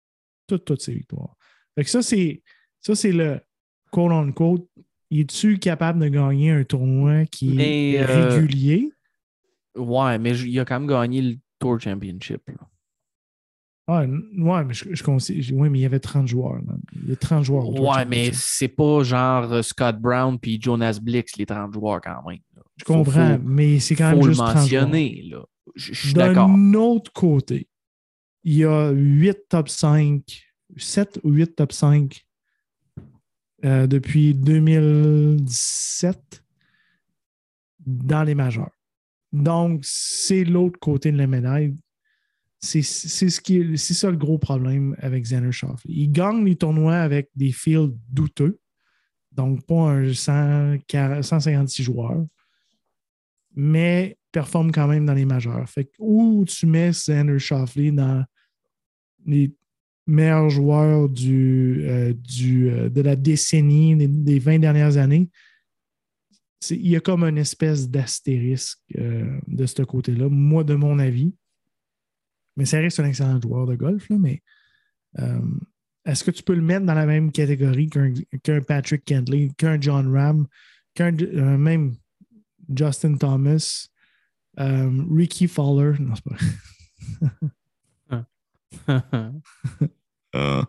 Toutes, toutes ses victoires. Fait que ça, c'est, ça, c'est le quote-unquote. Es-tu capable de gagner un tournoi qui Mais, est euh, régulier? Ouais, mais il a quand même gagné le Tour Championship. Là. Ah, ouais, mais je, je considère. Oui, mais il y avait trente joueurs. Là. Il y a trente joueurs au Tour Ouais, mais Championship. c'est pas genre Scott Brown puis Jonas Blix, les trente joueurs quand même. Là. Je comprends, faut, mais c'est quand même faut le juste trente joueurs. mentionner. Là. Je, je suis d'accord. D'un autre côté, il y a huit top cinq, sept ou huit top cinq euh, depuis deux mille dix-sept dans les majeurs. Donc, c'est l'autre côté de la médaille. C'est, c'est, ce qui est, c'est ça le gros problème avec Xander Schauffele. Il gagne les tournois avec des fields douteux, donc pas un cent cinquante-six joueurs, mais performe quand même dans les majeurs. Fait que où tu mets Xander Schauffele dans les meilleurs joueurs du, euh, du, euh, de la décennie, des, des vingt dernières années, c'est, il y a comme une espèce d'astérisque euh, de ce côté-là, moi, de mon avis. Mais ça reste un excellent joueur de golf, là, mais euh, est-ce que tu peux le mettre dans la même catégorie qu'un, qu'un Patrick Cantlay, qu'un John Ram, qu'un euh, même Justin Thomas, euh, Ricky Fowler? Non, c'est pas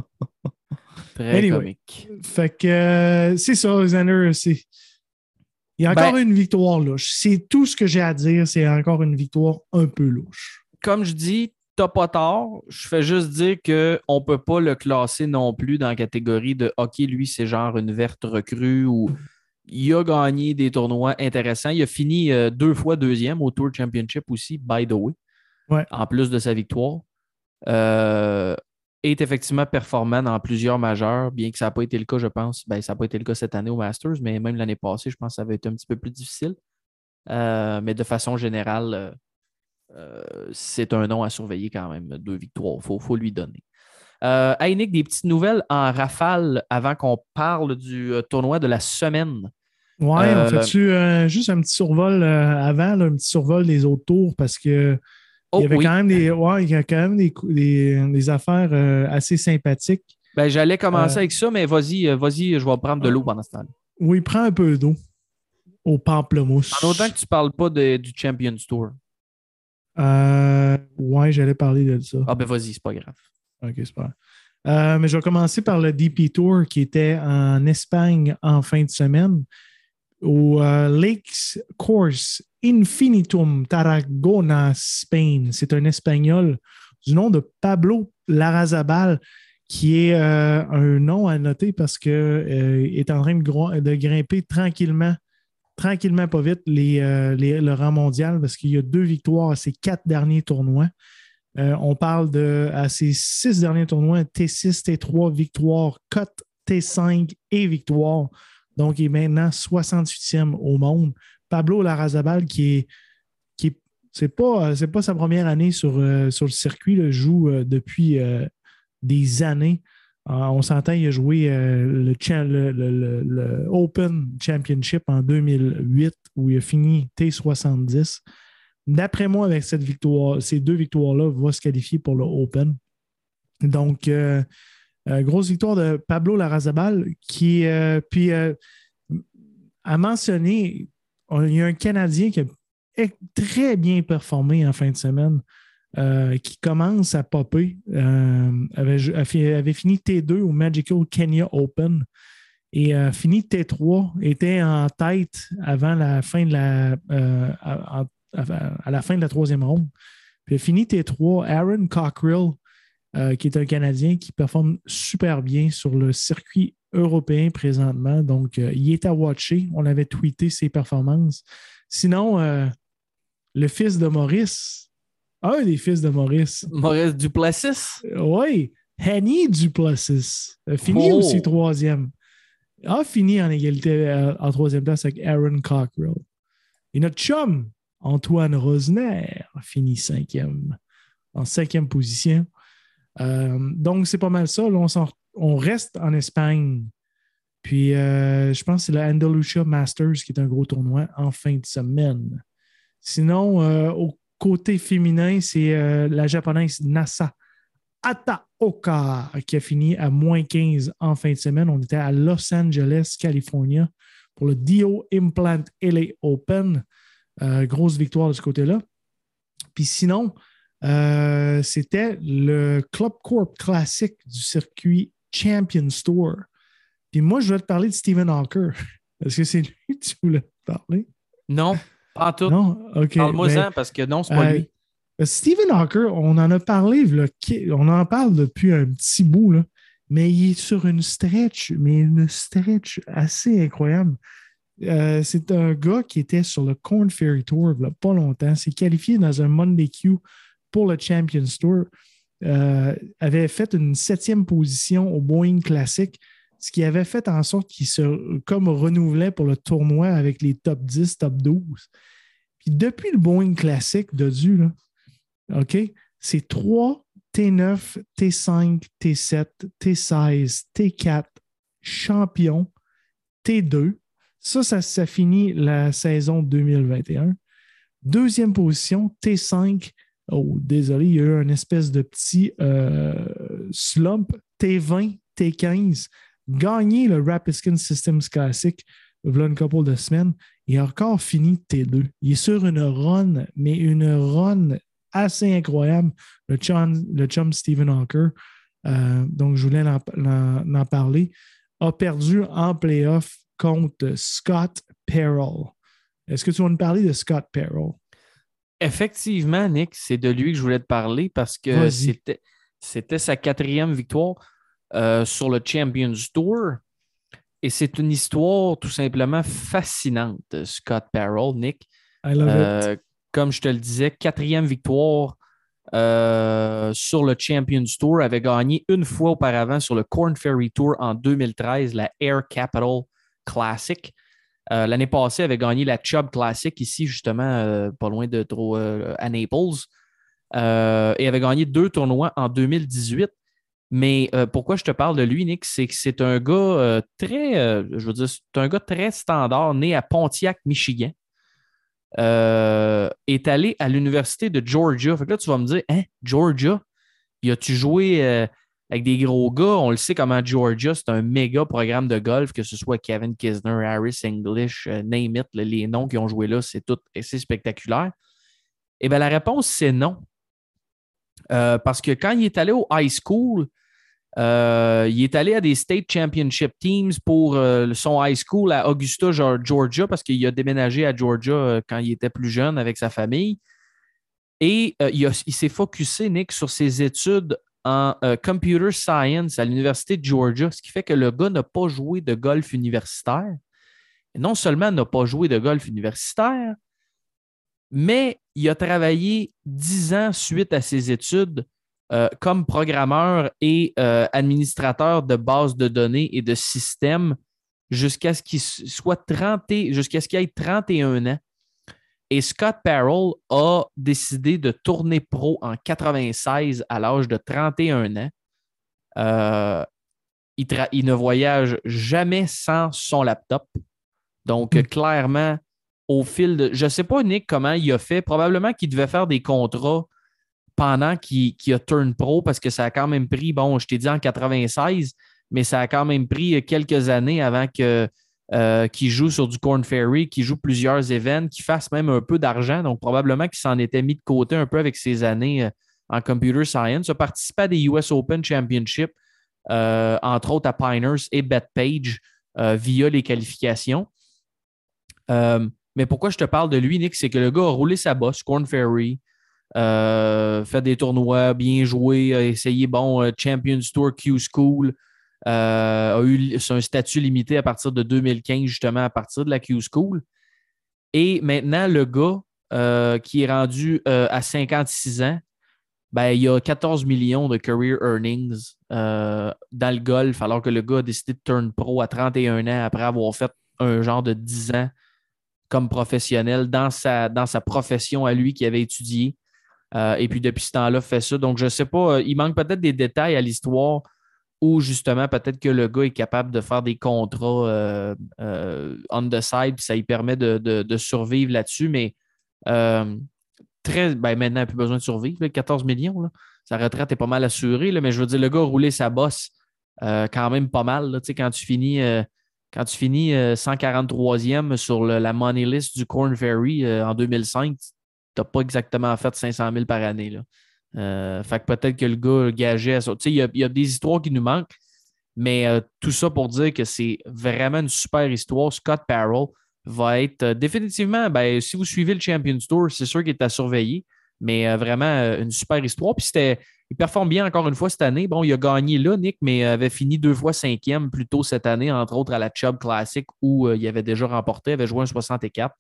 Très anyway, comique. Fait que euh, c'est ça, Xander. C'est... Il y a encore Ben, une victoire louche. C'est tout ce que j'ai à dire. C'est encore une victoire un peu louche. Comme je dis, t'as pas tort. Je fais juste dire qu'on ne peut pas le classer non plus dans la catégorie de OK, lui, c'est genre une verte recrue ou il a gagné des tournois intéressants. Il a fini euh, deux fois deuxième au Tour Championship aussi, by the way, Ouais. en plus de sa victoire. Euh, est effectivement performant dans plusieurs majeurs, bien que ça n'a pas été le cas, je pense. Ben, ça n'a pas été le cas cette année au Masters, mais même l'année passée, je pense que ça avait été un petit peu plus difficile. Euh, mais de façon générale, euh, euh, c'est un nom à surveiller quand même. Deux victoires, il faut, faut lui donner. Euh, hey Nick, des petites nouvelles en rafale avant qu'on parle du euh, tournoi de la semaine. Ouais, Euh, on fait-tu euh, juste un petit survol euh, avant, là, un petit survol des autres tours parce que Oh, il y avait oui. quand même des, ouais, il y a quand même des, des, des affaires euh, assez sympathiques. Ben, j'allais commencer Euh, avec ça, mais vas-y, euh, vas-y, je vais prendre de l'eau pendant ce temps-là. Oui, prends un peu d'eau au pamplemousse. En autant que tu ne parles pas de, du Champions Tour. Euh, ouais, j'allais parler de ça. Ah ben vas-y, c'est pas grave. OK, super. Euh, mais je vais commencer par le D P Tour qui était en Espagne en fin de semaine au euh, Lakes Course Infinitum Tarragona, Spain. C'est un Espagnol du nom de Pablo Larrazabal qui est euh, un nom à noter parce qu'il euh, est en train de, gro- de grimper tranquillement, tranquillement, pas vite, les, euh, les, le rang mondial parce qu'il y a deux victoires à ses quatre derniers tournois. Euh, on parle de à ses six derniers tournois, T six, T trois, victoire, cote T cinq et victoire. Donc, il est maintenant soixante-huitième au monde. Pablo Larrazabal, qui est, qui est c'est pas, c'est pas sa première année sur, euh, sur le circuit, là, joue euh, depuis euh, des années. Euh, on s'entend, il a joué euh, le, le, le, le Open Championship en deux mille huit où il a fini T soixante-dix. D'après moi, avec cette victoire, ces deux victoires-là, va se qualifier pour le Open. Donc, euh, euh, grosse victoire de Pablo Larrazabal qui, euh, puis, euh, a mentionné, il y a un Canadien qui a très bien performé en fin de semaine, euh, qui commence à popper. Euh, avait, avait fini T deux au Magical Kenya Open et a fini T trois, était en tête avant la fin de la, euh, à, à la fin de la troisième ronde. Puis a fini T trois, Aaron Cockrell, euh, qui est un Canadien qui performe super bien sur le circuit européen présentement. Donc, euh, il est à watcher. On avait tweeté ses performances. Sinon, euh, le fils de Maurice, un des fils de Maurice. Maurice Duplessis? Oui, Henny Duplessis. A fini oh. aussi troisième. A fini en égalité euh, en troisième place avec Aaron Cockrell. Et notre chum, Antoine Rosner, a fini cinquième, en cinquième position. Euh, donc, c'est pas mal ça. Là, on, on reste en Espagne. Puis, euh, je pense que c'est le Andalusia Masters qui est un gros tournoi en fin de semaine. Sinon, euh, au côté féminin, c'est euh, la japonaise Nasa Ata Oka, qui a fini à moins quinze en fin de semaine. On était à Los Angeles, Californie, pour le Dio Implant L A Open. Euh, grosse victoire de ce côté-là. Puis sinon, euh, c'était le Club Corp Classic du circuit Champions Tour. Puis moi, je voulais te parler de Stephen Hawker. Est-ce que c'est lui que tu voulais te parler? Non, pas en tout. Non? OK. Parle-moi-en Mais, parce que non, c'est pas euh, lui. Stephen Hawker, on en a parlé, là, on en parle depuis un petit bout, là, mais il est sur une stretch, mais une stretch assez incroyable. Euh, c'est un gars qui était sur le Korn Ferry Tour il n'y a pas longtemps, s'est qualifié dans un Monday Q pour le Champions Tour, euh, avait fait une septième position au Boeing Classic, ce qui avait fait en sorte qu'il se comme renouvelait pour le tournoi avec les top dix, top douze. Puis depuis le Boeing Classic de Dieu, là, OK, c'est trois, T neuf, T cinq, T sept, T seize, T quatre, champion, T deux. Ça, ça, ça finit la saison deux mille vingt et un. Deuxième position, T cinq. Oh, désolé, il y a eu une espèce de petit euh, slump. T vingt, T quinze. Gagné le Rapiskin Systems Classic il y a une couple de semaines. Il a encore fini T deux. Il est sur une run, mais une run assez incroyable, le chum, le chum Stephen Hawker. Euh, donc, je voulais en, en, en parler. A perdu en playoff contre Scott Perrell. Est-ce que tu vas nous parler de Scott Perrell? Effectivement, Nick, c'est de lui que je voulais te parler parce que c'était, c'était sa quatrième victoire euh, sur le Champions Tour. Et c'est une histoire tout simplement fascinante, Scott Perrell, Nick. I love euh, it. Comme je te le disais, quatrième victoire euh, sur le Champions Tour, avait gagné une fois auparavant sur le Korn Ferry Tour en deux mille treize, la Air Capital Classic. Euh, l'année passée, avait gagné la Chubb Classic ici, justement, euh, pas loin de trop euh, à Naples. Euh, et avait gagné deux tournois en deux mille dix-huit. Mais euh, pourquoi je te parle de lui, Nick, c'est que c'est un gars euh, très, euh, je veux dire, c'est un gars très standard, né à Pontiac, Michigan. Euh, est allé à l'université de Georgia. Fait que là, tu vas me dire, hein, Georgia? Y a-tu joué euh, avec des gros gars? On le sait comment Georgia, c'est un méga programme de golf, que ce soit Kevin Kisner, Harris English, euh, name it, là, les noms qui ont joué là, c'est tout assez spectaculaire. Eh bien, la réponse, c'est non. Euh, parce que quand il est allé au high school, Euh, il est allé à des State Championship Teams pour euh, son high school à Augusta, Georgia, parce qu'il a déménagé à Georgia euh, quand il était plus jeune avec sa famille. Et euh, il, a, il s'est focusé, Nick, sur ses études en euh, Computer Science à l'Université de Georgia, ce qui fait que le gars n'a pas joué de golf universitaire. Et non seulement n'a pas joué de golf universitaire, mais il a travaillé dix ans suite à ses études Euh, comme programmeur et euh, administrateur de bases de données et de systèmes jusqu'à ce qu'il soit trente, jusqu'à ce qu'il ait trente et un ans. Et Scott Perrell a décidé de tourner pro en quatre-vingt-seize à l'âge de trente et un ans. Euh, il, tra- il ne voyage jamais sans son laptop. Donc, mmh. clairement, au fil de... Je ne sais pas, Nick, comment il a fait. Probablement qu'il devait faire des contrats pendant qu'il, qu'il a turn pro, parce que ça a quand même pris, bon, je t'ai dit en quatre-vingt-seize, mais ça a quand même pris quelques années avant que, euh, qu'il joue sur du Korn Ferry, qu'il joue plusieurs événements, qu'il fasse même un peu d'argent. Donc, probablement qu'il s'en était mis de côté un peu avec ses années euh, en Computer Science. Il a participé à des U S Open Championship, euh, entre autres à Pinehurst et Bethpage, euh, via les qualifications. Euh, mais pourquoi je te parle de lui, Nick, c'est que le gars a roulé sa bosse, Korn Ferry, Euh, fait des tournois, bien joué, a essayé, bon, euh, Champions Tour Q School, euh, a eu c'est un statut limité à partir de deux mille quinze, justement, à partir de la Q School. Et maintenant, le gars euh, qui est rendu euh, à cinquante-six ans, ben, il a quatorze millions de career earnings euh, dans le golf, alors que le gars a décidé de turn pro à trente et un ans après avoir fait un genre de dix ans comme professionnel dans sa, dans sa profession à lui qu'il avait étudié. Euh, et puis, depuis ce temps-là, fait ça. Donc, je ne sais pas, euh, il manque peut-être des détails à l'histoire où, justement, peut-être que le gars est capable de faire des contrats euh, euh, on the side, puis ça lui permet de, de, de survivre là-dessus. Mais euh, très, ben, maintenant, il n'a plus besoin de survivre, là, quatorze millions. Là. sa retraite est pas mal assurée, là, mais je veux dire, le gars a roulé sa bosse euh, quand même pas mal. Là, quand tu finis, euh, quand tu finis euh, cent quarante-troisième sur le, la money list du Korn Ferry euh, en deux mille cinq, tu n'as pas exactement fait cinq cent mille par année. Là. Euh, fait que peut-être que le gars gageait à ça. Il y, y a des histoires qui nous manquent, mais euh, tout ça pour dire que c'est vraiment une super histoire. Scott Parrell va être euh, définitivement, ben, si vous suivez le Champions Tour, c'est sûr qu'il est à surveiller, mais euh, vraiment euh, une super histoire. Puis c'était, il performe bien encore une fois cette année. Bon, il a gagné là, Nick, mais avait fini deux fois cinquième plus tôt cette année, entre autres à la Chubb Classic où euh, il avait déjà remporté, il avait joué un soixante-quatre.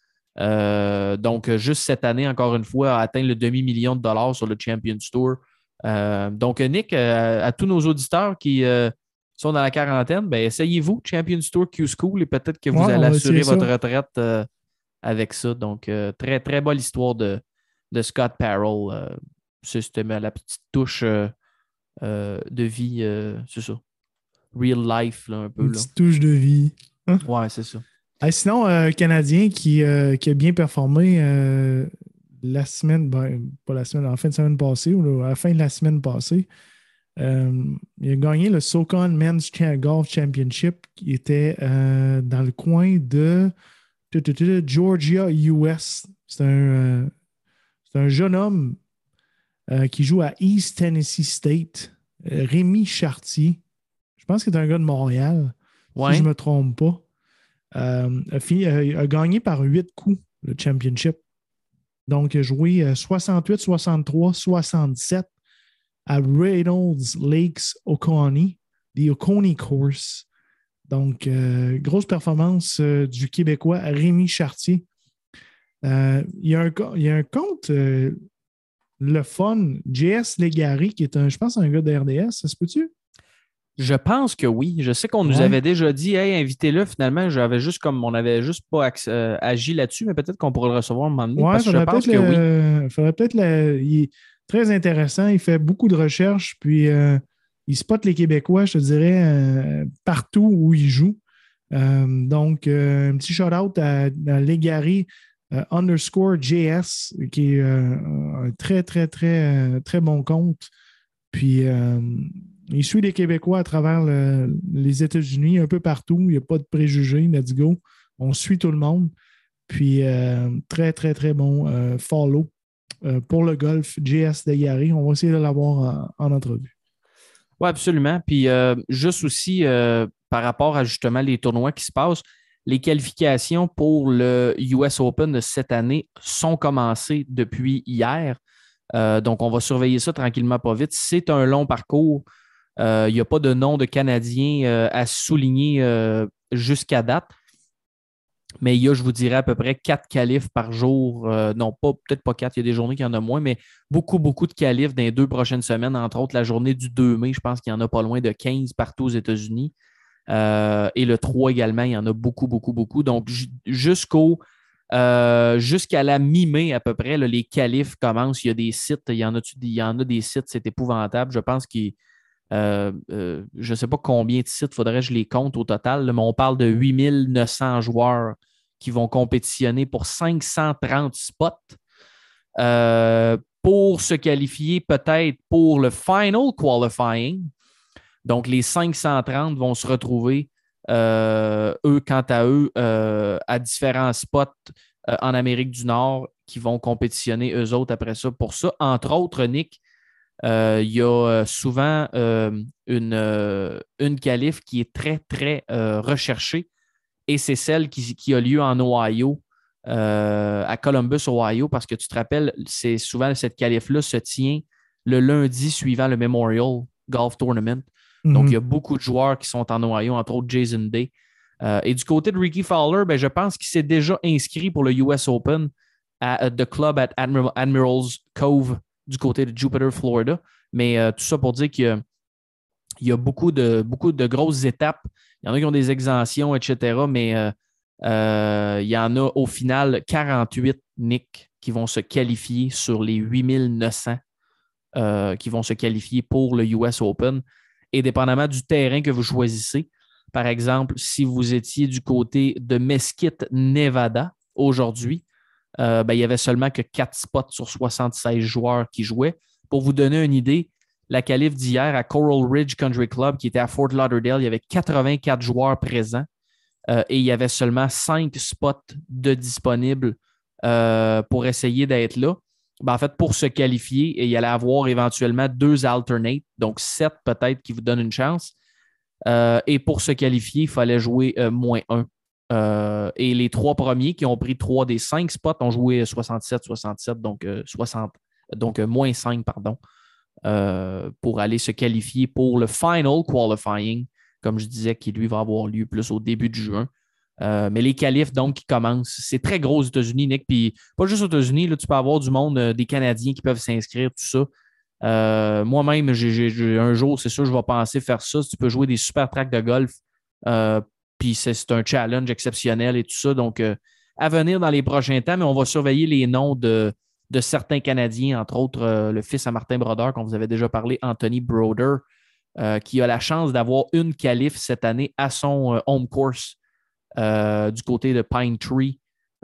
Euh, donc, juste cette année, encore une fois, a atteint le demi-million de dollars sur le Champions Tour. Euh, donc, Nick, euh, à tous nos auditeurs qui euh, sont dans la quarantaine, ben, essayez-vous Champions Tour Q-School et peut-être que vous Ouais, allez on va assurer essayer votre ça. retraite euh, avec ça. Donc, euh, très, très belle histoire de, de Scott Parrell. Euh, c'est c'était la petite touche euh, euh, de vie, euh, c'est ça. Real life, là, un peu. Une Là. petite touche de vie. Hein? Ouais, c'est ça. Ah, sinon, euh, Canadien qui, euh, qui a bien performé euh, la semaine, ben, pas la semaine, en fin de semaine passée ou à la fin de la semaine passée. Euh, il a gagné le SoCon Men's Golf Championship qui était euh, dans le coin de Georgia, U S. C'est un, euh, c'est un jeune homme euh, qui joue à East Tennessee State, euh, Rémi Chartier. Je pense que c'est un gars de Montréal, Ouais. si je ne me trompe pas. Euh, a, fini, a, a gagné par huit coups le championship. Donc, il a joué euh, soixante-huit, soixante-trois, soixante-sept à Reynolds Lakes, Oconee, the Oconee Course. Donc, euh, grosse performance euh, du Québécois Rémi Chartier. Euh, il, y a un, il y a un compte, euh, le fun, J S Legary, qui est un, je pense, un gars de R D S, ça se peut-tu? Je pense que oui. Je sais qu'on nous Ouais. avait déjà dit, hey, invitez-le. Finalement, j'avais juste comme on n'avait juste pas euh, agi là-dessus, mais peut-être qu'on pourrait le recevoir un moment donné. Ouais, parce que je pense que le, oui. Faudrait peut-être le, il est très intéressant. Il fait beaucoup de recherches, puis euh, il spot les Québécois, je te dirais, euh, partout où il joue. Euh, donc, euh, un petit shout-out à, à Legary euh, underscore J S, qui est euh, un très, très, très, euh, très bon compte. Puis, euh, il suit les Québécois à travers le, les États-Unis, un peu partout. Il n'y a pas de préjugés, let's go. On suit tout le monde. Puis, euh, très, très, très bon euh, follow euh, pour le golf, J S Legary. On va essayer de l'avoir en, en entrevue. Oui, absolument. Puis, euh, juste aussi, euh, par rapport à justement les tournois qui se passent, les qualifications pour le U S Open de cette année sont commencées depuis hier. Euh, donc, on va surveiller ça tranquillement, pas vite. C'est un long parcours. Il euh, n'y a pas de nom de Canadien euh, à souligner euh, jusqu'à date. Mais il y a, je vous dirais, à peu près quatre qualifs par jour. Euh, non, pas, peut-être pas quatre, il y a des journées qu'il y en a moins, mais beaucoup, beaucoup de qualifs dans les deux prochaines semaines. Entre autres, la journée du deux mai, je pense qu'il y en a pas loin de quinze partout aux États-Unis. Euh, et le trois également, il y en a beaucoup, beaucoup, beaucoup. Donc, jusqu'au euh, jusqu'à la mi-mai à peu près, là, les qualifs commencent. Il y a des sites, il y en a, il y en a des sites, c'est épouvantable. Je pense qu'il Euh, euh, je ne sais pas combien de sites, il faudrait que je les compte au total, là, mais on parle de huit mille neuf cents joueurs qui vont compétitionner pour cinq cent trente spots euh, pour se qualifier peut-être pour le Final Qualifying. Donc, les cinq cent trente vont se retrouver, euh, eux, quant à eux, euh, à différents spots euh, en Amérique du Nord qui vont compétitionner eux autres après ça pour ça. Entre autres, Nick, Euh, il y a souvent euh, une, euh, une qualif qui est très, très euh, recherchée et c'est celle qui, qui a lieu en Ohio, euh, à Columbus, Ohio, parce que tu te rappelles, c'est souvent cette qualif-là se tient le lundi suivant le Memorial Golf Tournament. Mm-hmm. Donc, il y a beaucoup de joueurs qui sont en Ohio, entre autres Jason Day. Euh, et du côté de Ricky Fowler, ben, je pense qu'il s'est déjà inscrit pour le U S Open à, à The Club at Admiral, Admirals Cove du côté de Jupiter, Florida. Mais euh, tout ça pour dire qu'il y a, il y a beaucoup, de, beaucoup de grosses étapes. Il y en a qui ont des exemptions, et cetera. Mais euh, euh, il y en a au final quarante-huit, Nick, qui vont se qualifier sur les huit mille neuf cents euh, qui vont se qualifier pour le U S Open. Et dépendamment du terrain que vous choisissez, par exemple, si vous étiez du côté de Mesquite, Nevada, aujourd'hui, Euh, ben, il n'y avait seulement que quatre spots sur soixante-seize joueurs qui jouaient. Pour vous donner une idée, la qualif d'hier à Coral Ridge Country Club, qui était à Fort Lauderdale, il y avait quatre-vingt-quatre joueurs présents euh, et il y avait seulement cinq spots de disponibles euh, pour essayer d'être là. Ben, en fait, pour se qualifier, il y allait avoir éventuellement deux alternates, donc sept peut-être qui vous donnent une chance. Euh, et pour se qualifier, il fallait jouer euh, moins un. Euh, et les trois premiers qui ont pris trois des cinq spots ont joué soixante-sept soixante-sept, donc, euh, soixante, donc euh, moins cinq, pardon, euh, pour aller se qualifier pour le final qualifying, comme je disais, qui lui va avoir lieu plus au début de juin. Euh, mais les qualifs, donc, qui commencent, c'est très gros aux États-Unis, Nick, puis pas juste aux États-Unis, là, tu peux avoir du monde, euh, des Canadiens qui peuvent s'inscrire, tout ça. Euh, moi-même, j'ai, j'ai, j'ai, un jour, c'est sûr, je vais penser faire ça. Tu peux jouer des super tracks de golf, euh, puis c'est, c'est un challenge exceptionnel et tout ça. Donc, euh, à venir dans les prochains temps, mais on va surveiller les noms de, de certains Canadiens, entre autres euh, le fils à Martin Brodeur, qu'on vous avait déjà parlé, Anthony Broder, euh, qui a la chance d'avoir une qualif cette année à son euh, home course euh, du côté de Pine Tree.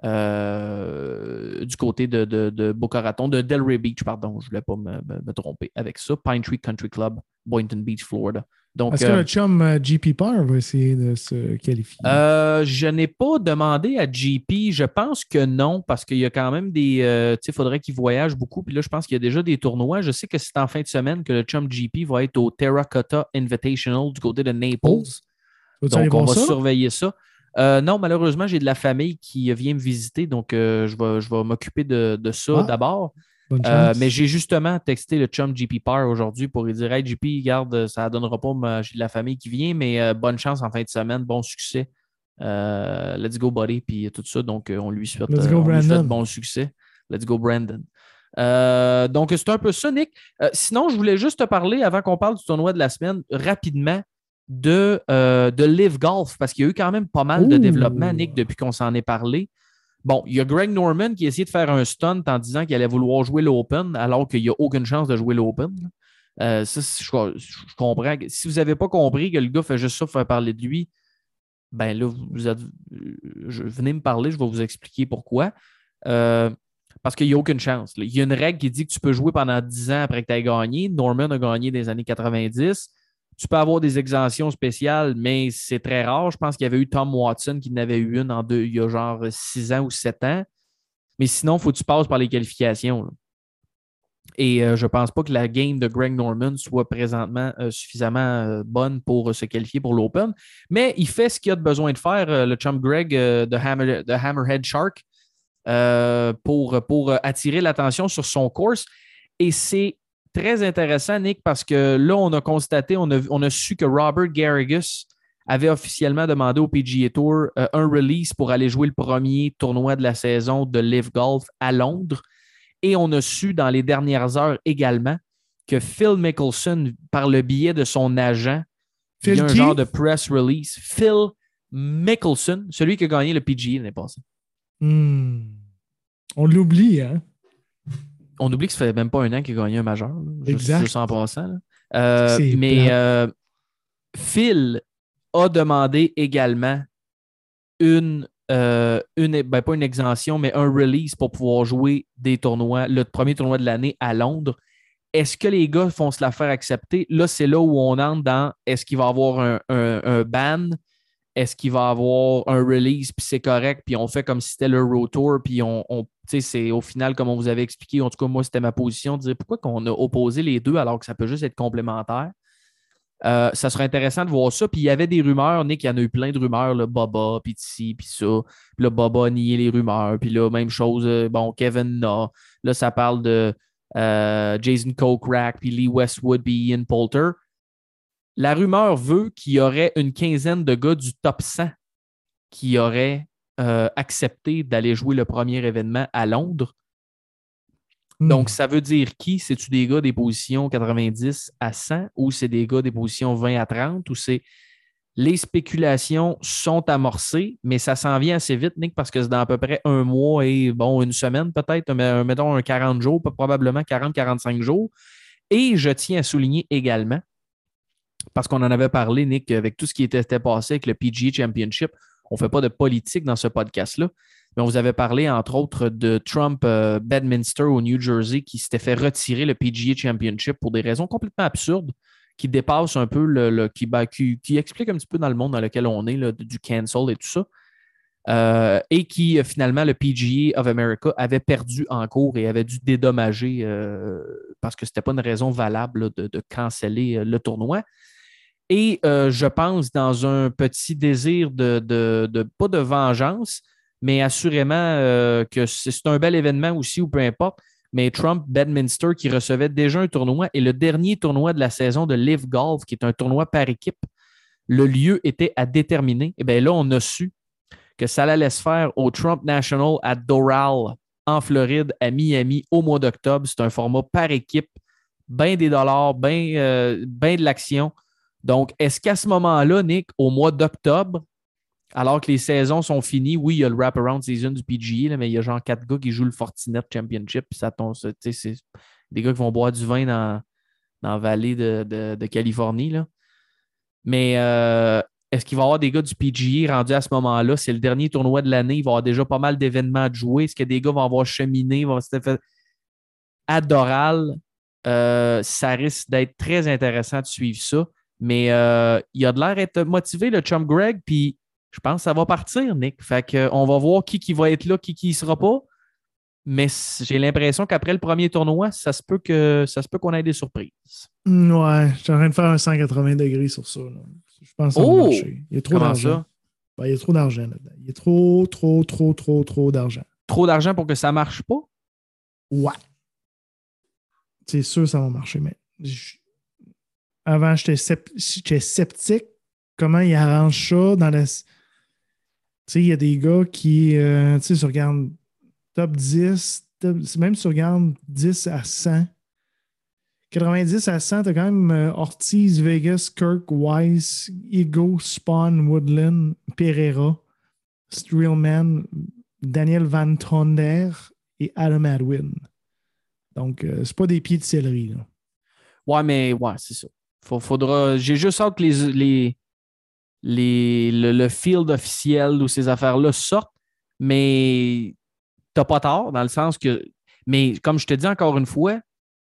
Euh, du côté de, de, de Boca Raton, de Delray Beach, pardon, je ne voulais pas me, me, me tromper avec ça. Pine Tree Country Club, Boynton Beach, Florida. Donc, Est-ce euh, que le chum euh, G P Parr va essayer de se qualifier? Euh, je n'ai pas demandé à G P. Je pense que non, parce qu'il y a quand même des. Euh, tu sais, il faudrait qu'il voyage beaucoup. Puis là, je pense qu'il y a déjà des tournois. Je sais que c'est en fin de semaine que le chum G P va être au Terracotta Invitational du côté de Naples. Oh. Donc, on va ça? surveiller ça. Euh, non, malheureusement, j'ai de la famille qui vient me visiter, donc euh, je vais, je vais m'occuper de, de ça ah, d'abord. Euh, mais j'ai justement texté le chum G P Parr aujourd'hui pour lui dire « Hey, G P, regarde, ça ne donnera pas, ma... j'ai de la famille qui vient, mais euh, bonne chance en fin de semaine, bon succès. Euh, let's go, buddy », puis tout ça. Donc, euh, on lui souhaite, let's euh, go, on lui souhaite Brandon. bon succès. Let's go, Brandon. Euh, donc, c'est un peu ça, Nick. Euh, sinon, je voulais juste te parler, avant qu'on parle du tournoi de la semaine, rapidement, de, euh, de Live Golf, parce qu'il y a eu quand même pas mal Ouh. de développement, Nick, depuis qu'on s'en est parlé. Bon, il y a Greg Norman qui a essayé de faire un stunt en disant qu'il allait vouloir jouer l'Open, alors qu'il n'y a aucune chance de jouer l'Open. Euh, ça, je, je comprends. Si vous n'avez pas compris que le gars fait juste ça pour faire parler de lui, ben là, vous êtes, je, venez me parler, je vais vous expliquer pourquoi. Euh, parce qu'il n'y a aucune chance. Là. Il y a une règle qui dit que tu peux jouer pendant dix ans après que tu aies gagné. Norman a gagné dans les années quatre-vingt-dix. Tu peux avoir des exemptions spéciales, mais c'est très rare. Je pense qu'il y avait eu Tom Watson qui en avait eu une en deux, il y a genre six ans ou sept ans. Mais sinon, il faut que tu passes par les qualifications. Là. Et euh, je ne pense pas que la game de Greg Norman soit présentement euh, suffisamment euh, bonne pour euh, se qualifier pour l'Open. Mais il fait ce qu'il a de besoin de faire, euh, le chum Greg euh, de, Hammer, de Hammerhead Shark, euh, pour, pour attirer l'attention sur son course. Et c'est très intéressant, Nick, parce que là, on a constaté, on a, on a su que Robert Garrigus avait officiellement demandé au P G A Tour euh, un release pour aller jouer le premier tournoi de la saison de Live Golf à Londres. Et on a su dans les dernières heures également que Phil Mickelson, par le biais de son agent, il y a un genre de press release. Phil Mickelson, celui qui a gagné le P G A l'année passée. Hmm. On l'oublie, hein? On oublie que ça fait même pas un an qu'il a gagné un majeur. Là, exact. Juste en passant. Là. Euh, mais euh, Phil a demandé également une, euh, une ben pas une exemption, mais un release pour pouvoir jouer des tournois, le premier tournoi de l'année à Londres. Est-ce que les gars vont se la faire accepter? Là, c'est là où on entre dans est-ce qu'il va y avoir un, un, un ban? Est-ce qu'il va y avoir un release, puis c'est correct, puis on fait comme si c'était le Road Tour, puis on, on tu sais, c'est au final, comme on vous avait expliqué, en tout cas, moi, c'était ma position, de dire pourquoi qu'on a opposé les deux alors que ça peut juste être complémentaire. Euh, ça serait intéressant de voir ça. Puis il y avait des rumeurs, Nick, il y en a eu plein de rumeurs, là, Baba, puis ci, puis ça. Puis là, Baba a nié les rumeurs. Puis là, même chose, bon, Kevin Na. Là, ça parle de euh, Jason Kokrak, puis Lee Westwood, puis Ian Poulter. La rumeur veut qu'il y aurait une quinzaine de gars du top cent qui auraient euh, accepté d'aller jouer le premier événement à Londres. Mm. Donc, ça veut dire qui? C'est-tu des gars des positions quatre-vingt-dix à cent ou c'est des gars des positions vingt à trente ou c'est... Les spéculations sont amorcées, mais ça s'en vient assez vite, Nick, parce que c'est dans à peu près un mois et, bon, une semaine peut-être, mais mettons un quarante jours, probablement quarante à quarante-cinq jours. Et je tiens à souligner également, parce qu'on en avait parlé, Nick, avec tout ce qui était passé avec le P G A Championship, on ne fait pas de politique dans ce podcast-là. Mais on vous avait parlé, entre autres, de Trump euh, Bedminster au New Jersey qui s'était fait retirer le P G A Championship pour des raisons complètement absurdes qui dépassent un peu, le, le qui, ben, qui, qui expliquent un petit peu dans le monde dans lequel on est, là, du cancel et tout ça. Euh, et qui, euh, finalement, le P G A of America avait perdu en cours et avait dû dédommager euh, parce que ce n'était pas une raison valable là, de, de canceller euh, le tournoi. Et euh, je pense, dans un petit désir de, de, de pas de vengeance, mais assurément euh, que c'est, c'est un bel événement aussi, ou peu importe, mais Trump Bedminster qui recevait déjà un tournoi et le dernier tournoi de la saison de Live Golf, qui est un tournoi par équipe, le lieu était à déterminer. Et bien là, on a su que ça allait se faire au Trump National à Doral, en Floride, à Miami, au mois d'octobre. C'est un format par équipe, bien des dollars, bien euh, ben de l'action. Donc, est-ce qu'à ce moment-là, Nick, au mois d'octobre, alors que les saisons sont finies, oui, il y a le wraparound season du P G A, là, mais il y a genre quatre gars qui jouent le Fortinet Championship, puis ça tombe, c'est des gars qui vont boire du vin dans, dans la vallée de, de, de Californie. Là. Mais euh, est-ce qu'il va y avoir des gars du P G A rendus à ce moment-là? C'est le dernier tournoi de l'année, il va y avoir déjà pas mal d'événements à jouer. Est-ce que des gars vont avoir cheminé, vont se faire à Doral? Euh, ça risque d'être très intéressant de suivre ça. Mais euh, il a de l'air d'être motivé, le chum Greg, puis je pense que ça va partir, Nick. Fait qu'on va voir qui, qui va être là, qui ne sera pas. Mais j'ai l'impression qu'après le premier tournoi, ça se peut que ça se peut qu'on ait des surprises. Ouais, je suis en train de faire un cent quatre-vingts degrés sur ça. Là. Je pense que ça va Oh! marcher. Il y a trop Comment d'argent. ça? Ben, il y a trop d'argent là-dedans. Il y a trop, trop, trop, trop, trop d'argent. Trop d'argent pour que ça ne marche pas? Ouais. C'est sûr que ça va marcher, mais je... avant, j'étais, scept... j'étais sceptique. Comment ils arrangent ça dans la... Tu sais, il y a des gars qui, euh, tu sais, se regardent top dix, top... même si tu regardes dix à cent, quatre-vingt-dix à cent, t'as quand même euh, Ortiz, Vegas, Kirk, Weiss, Ego, Spawn, Woodland, Pereira, Streelman, Daniel Van Tonder et Adam Hadwin. Donc, euh, c'est pas des pieds de céleri, là. Ouais, mais ouais, c'est ça. Faut, faudra... J'ai juste hâte que les, les, les, le, le field officiel ou ces affaires-là sortent, mais t'as pas tort, dans le sens que... Mais comme je te dis encore une fois,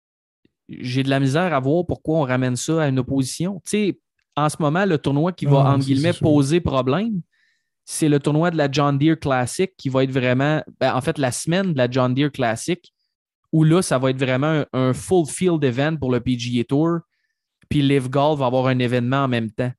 j'ai de la misère à voir pourquoi on ramène ça à une opposition. Tu sais, en ce moment, le tournoi qui va, Ah, entre guillemets, poser problème, c'est le tournoi de la John Deere Classic qui va être vraiment... Ben, en fait, la semaine de la John Deere Classic, où là, ça va être vraiment un, un full field event pour le P G A Tour, puis Live Golf va avoir un événement en même temps.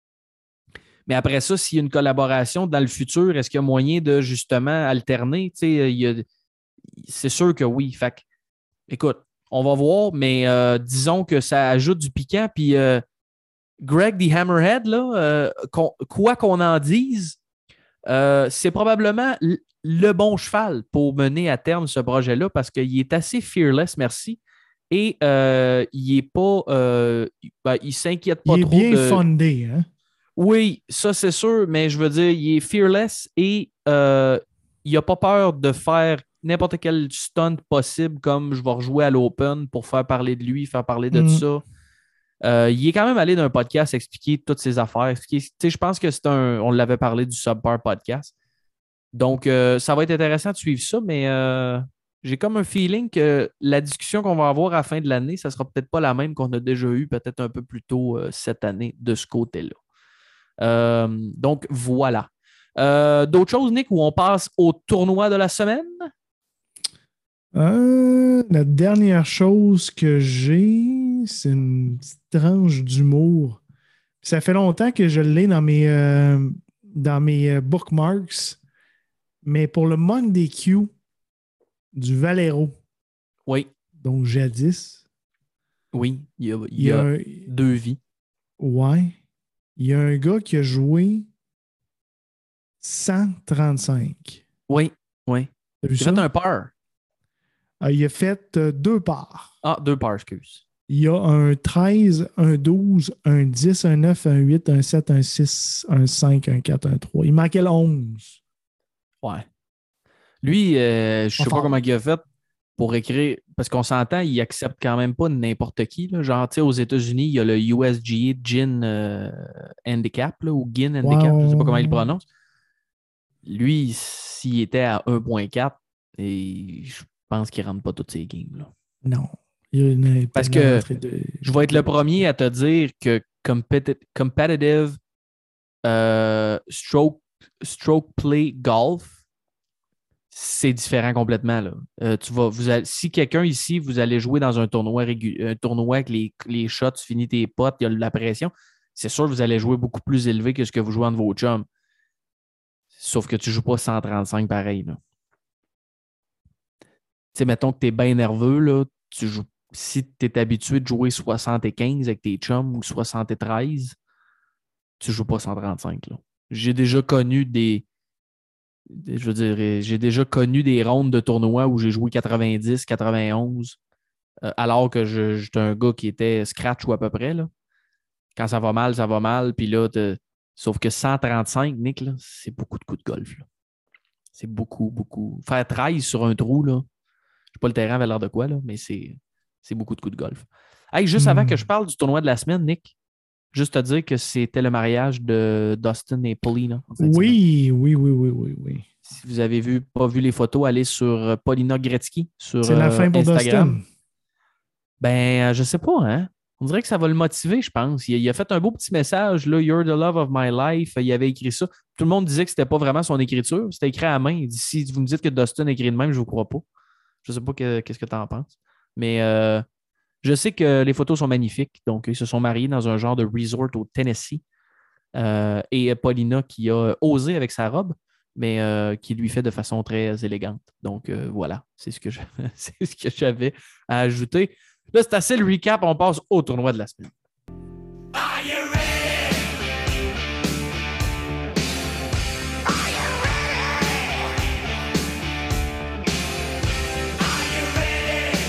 Mais après ça, s'il y a une collaboration dans le futur, est-ce qu'il y a moyen de justement alterner? Tu sais, il y a... C'est sûr que oui. Fait que, écoute, on va voir, mais euh, disons que ça ajoute du piquant. Puis euh, Greg the Hammerhead, là, euh, qu'on, quoi qu'on en dise, euh, c'est probablement l- le bon cheval pour mener à terme ce projet-là parce qu'il est assez fearless, merci. Et euh, il est pas. Euh, ben, il s'inquiète pas il trop. Il est bien de... fondé, hein? Oui, ça c'est sûr, mais je veux dire, il est fearless et euh, il n'a pas peur de faire n'importe quel stunt possible, comme je vais rejouer à l'Open pour faire parler de lui, faire parler de Mm. ça. Euh, il est quand même allé d'un podcast expliquer toutes ses affaires. Je pense que c'est un. On l'avait parlé du Subpar podcast. Donc, euh, ça va être intéressant de suivre ça, mais euh, j'ai comme un feeling que la discussion qu'on va avoir à la fin de l'année, ça ne sera peut-être pas la même qu'on a déjà eue peut-être un peu plus tôt euh, cette année de ce côté-là. Euh, donc, voilà. Euh, d'autres choses, Nick, où on passe au tournoi de la semaine? Euh, la dernière chose que j'ai, c'est une petite tranche d'humour. Ça fait longtemps que je l'ai dans mes, euh, dans mes euh, bookmarks, mais pour le Monday Q du Valero. Oui. Donc, jadis. Oui, il y a, il il y a, y a un, deux vies. Ouais. Il y a un gars qui a joué cent trente-cinq. Oui, oui. T'as vu Il a ça? fait un par. Ah, il a fait euh, deux parts. Ah, deux parts, excuse. Il y a un treize, un douze, un dix, un neuf, un huit, un sept, un six, un cinq, un quatre, un trois. Il manquait le onze. Ouais. Lui, euh, je ne sais pas comment il a fait pour écrire, parce qu'on s'entend, il accepte quand même pas n'importe qui. Là. Genre, tu sais, aux États-Unis, il y a le U S G A Gin euh, Handicap, là, ou Gin Handicap, Wow. je ne sais pas comment il le prononce. Lui, s'il était à un virgule quatre, et je pense qu'il ne rentre pas toutes ces games. Là. Non. Il y a une Parce que de... je vais être le premier à te dire que competi- competitive euh, stroke, stroke play golf, c'est différent complètement. Là. Euh, tu vas, vous allez, si quelqu'un ici, vous allez jouer dans un tournoi, régu- un tournoi avec les, les shots, tu finis tes potes, il y a de la pression, c'est sûr que vous allez jouer beaucoup plus élevé que ce que vous jouez entre vos chums. Sauf que tu ne joues pas cent trente-cinq pareil. Tu sais, mettons que tu es bien nerveux, là, tu joues. Si tu es habitué de jouer soixante-quinze avec tes chums ou soixante-treize, tu ne joues pas cent trente-cinq. Là. J'ai déjà connu des. Je veux dire, j'ai déjà connu des rondes de tournoi où j'ai joué quatre-vingt-dix, quatre-vingt-onze, euh, alors que je, j'étais un gars qui était scratch ou à peu près. Là. Quand ça va mal, ça va mal. Puis là, te... sauf que cent trente-cinq, Nick, là, c'est beaucoup de coups de golf. Là. C'est beaucoup, beaucoup. Faire treize sur un trou, là. Je sais pas le terrain avait l'air de quoi, là, mais c'est. C'est beaucoup de coups de golf. Hey, juste Hmm. avant que je parle du tournoi de la semaine, Nick, juste te dire que c'était le mariage de Dustin et Paulina. Oui, oui, oui, oui, oui, oui. Si vous avez vu, pas vu les photos, allez sur Paulina Gretzky sur C'est la euh, fin pour Instagram. Dustin. Ben, je sais pas, hein. On dirait que ça va le motiver, je pense. Il, il a fait un beau petit message, là, You're the love of my life. Il avait écrit ça. Tout le monde disait que c'était pas vraiment son écriture. C'était écrit à la main. Il dit, si vous me dites que Dustin écrit de même, je vous crois pas. Je sais pas que, qu'est-ce que tu en penses. Mais euh, je sais que les photos sont magnifiques. Donc, ils se sont mariés dans un genre de resort au Tennessee. Euh, et Paulina qui a osé avec sa robe, mais euh, qui lui fait de façon très élégante. Donc, euh, voilà, c'est ce que je, c'est ce que j'avais à ajouter. Là, c'est assez le recap. On passe au tournoi de la semaine. Are you ready? Are you ready? Are you ready?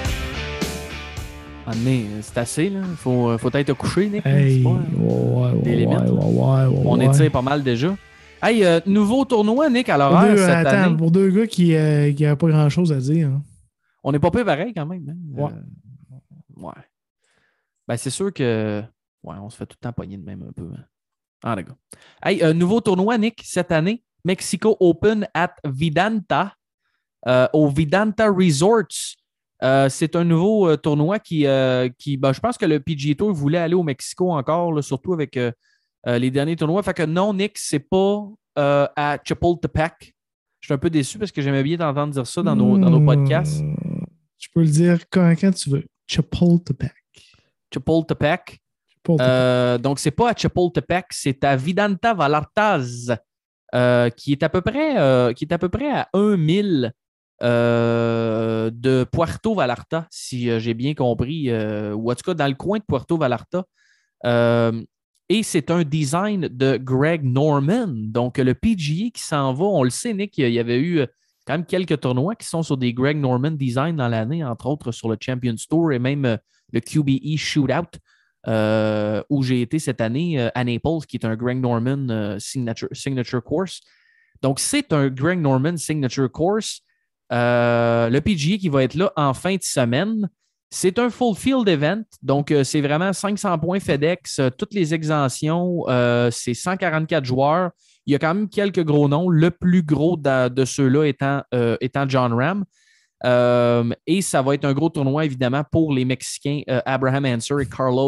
Ah, mais c'est assez, là. Il faut, faut être couché, Nick. Hey, pas, ouais, ouais, des ouais, limites, ouais, ouais, ouais, on ouais. étire pas mal déjà. Hey, euh, nouveau tournoi, Nick, à Pour l'horaire deux, cette attends, année. pour deux gars qui n'avaient euh, pas grand-chose à dire. Hein. On n'est pas peu pareil quand même. Hein? Ouais. Euh, ouais. Ben, c'est sûr que. Ouais, on se fait tout le temps pogner de même un peu. Hein? Ah, d'accord. Hey, euh, nouveau tournoi, Nick, cette année. Mexico Open at Vidanta. Euh, au Vidanta Resorts. Euh, c'est un nouveau euh, tournoi qui. Euh, qui ben, je pense que le P G A Tour voulait aller au Mexico encore, là, surtout avec euh, euh, les derniers tournois. Fait que non, Nick, c'est pas euh, à Chapultepec. Je suis un peu déçu parce que j'aimais bien t'entendre dire ça dans nos, dans nos podcasts. Je peux le dire quand, quand tu veux. Chapultepec. Chapultepec. Chapultepec. Euh, donc, c'est pas à Chapultepec, c'est à Vidanta Vallartaz, euh, qui est à peu près, euh, qui est à peu près à un mille euh, de Puerto Vallarta, si euh, j'ai bien compris, euh, ou en tout cas dans le coin de Puerto Vallarta. Euh, et c'est un design de Greg Norman. Donc, le P G A qui s'en va, on le sait, Nick, il y avait eu quand même quelques tournois qui sont sur des Greg Norman design dans l'année, entre autres sur le Champions Tour et même euh, le Q B E Shootout, euh, où j'ai été cette année euh, à Naples, qui est un Greg Norman euh, signature, signature Course. Donc, c'est un Greg Norman Signature Course. Euh, le P G A qui va être là en fin de semaine. C'est un full field event, donc euh, c'est vraiment cinq cents points FedEx, euh, toutes les exemptions, euh, c'est cent quarante-quatre joueurs. Il y a quand même quelques gros noms, le plus gros de, de ceux-là étant, euh, étant John Ram. Euh, et ça va être un gros tournoi, évidemment, pour les Mexicains euh, Abraham Ancer et Carlos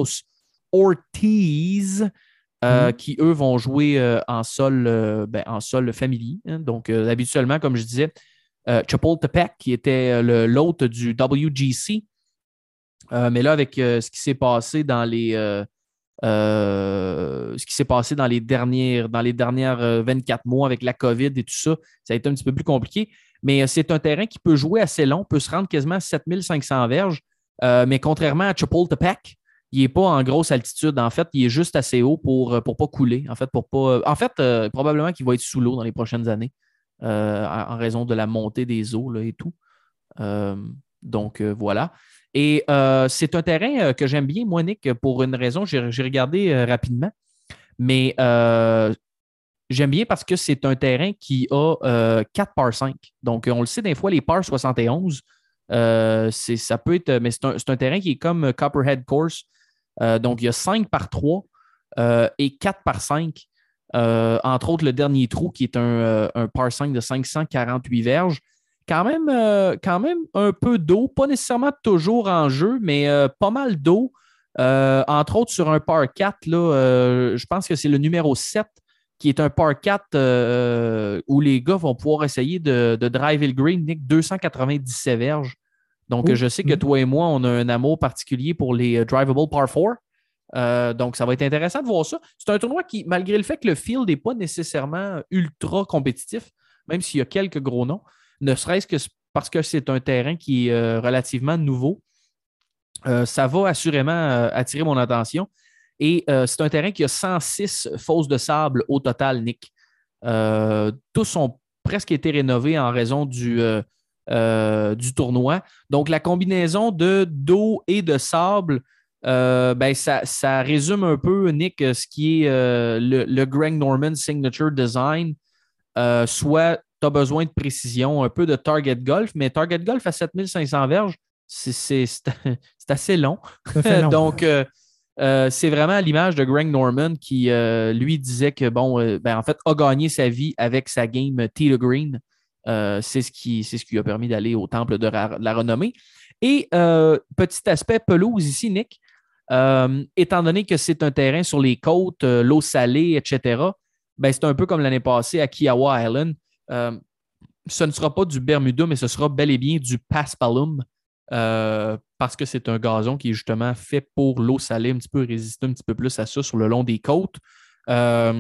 Ortiz, euh, mm-hmm. qui, eux, vont jouer euh, en, sol, euh, ben, en sol familier. Hein. Donc, euh, habituellement, comme je disais, euh, Chapultepec, qui était le, l'hôte du W G C, Euh, mais là, avec euh, ce qui s'est passé dans les euh, euh, ce qui s'est passé dans les dernières, dans les dernières vingt-quatre mois avec la COVID et tout ça, ça a été un petit peu plus compliqué. Mais euh, c'est un terrain qui peut jouer assez long, peut se rendre quasiment à sept mille cinq cents verges. Euh, mais contrairement à Chapultepec, il n'est pas en grosse altitude. En fait, il est juste assez haut pour ne pas couler. En fait, pour pas. En fait, euh, probablement qu'il va être sous l'eau dans les prochaines années euh, en raison de la montée des eaux là, et tout. Euh, donc, euh, voilà. Et euh, c'est un terrain euh, que j'aime bien, moi, Nick, pour une raison. J'ai, j'ai regardé euh, rapidement. Mais euh, j'aime bien parce que c'est un terrain qui a euh, quatre par cinq. Donc, on le sait, des fois, les par soixante et onze, euh, c'est, ça peut être. Mais c'est un, c'est un terrain qui est comme Copperhead Course. Euh, donc, il y a cinq par trois euh, et quatre par cinq. Euh, entre autres, le dernier trou qui est un, euh, un par cinq de cinq cent quarante-huit verges. Quand même, euh, quand même un peu d'eau, pas nécessairement toujours en jeu, mais euh, pas mal d'eau. Euh, entre autres, sur un par quatre, là, euh, je pense que c'est le numéro sept qui est un par quatre euh, où les gars vont pouvoir essayer de, de driver le green, Nick, deux cent quatre-vingt-dix-sept verges. Donc, Oh, je sais que mm. toi et moi, on a un amour particulier pour les euh, drivable par quatre. Euh, donc, ça va être intéressant de voir ça. C'est un tournoi qui, malgré le fait que le field n'est pas nécessairement ultra compétitif, même s'il y a quelques gros noms, ne serait-ce que parce que c'est un terrain qui est euh, relativement nouveau, euh, ça va assurément euh, attirer mon attention. Et euh, c'est un terrain qui a cent six fosses de sable au total, Nick. Euh, tous ont presque été rénovés en raison du, euh, euh, du tournoi. Donc, la combinaison de d'eau et de sable, euh, ben, ça, ça résume un peu, Nick, ce qui est euh, le, le Greg Norman Signature Design. Euh, soit tu as besoin de précision, un peu de target golf, mais target golf à sept mille cinq cents verges, c'est, c'est, c'est, c'est assez long. Ça fait long. Donc, euh, euh, c'est vraiment à l'image de Greg Norman qui, euh, lui, disait que, bon, euh, ben, en fait, a gagné sa vie avec sa game Tee to Green. Euh, c'est, ce qui, c'est ce qui lui a permis d'aller au temple de, ra- de la renommée. Et euh, petit aspect pelouse ici, Nick, euh, étant donné que c'est un terrain sur les côtes, euh, l'eau salée, et cetera, ben, c'est un peu comme l'année passée à Kiowa Island. Euh, ce ne sera pas du Bermuda, mais ce sera bel et bien du Paspalum euh, parce que c'est un gazon qui est justement fait pour l'eau salée, un petit peu résister un petit peu plus à ça sur le long des côtes. Euh,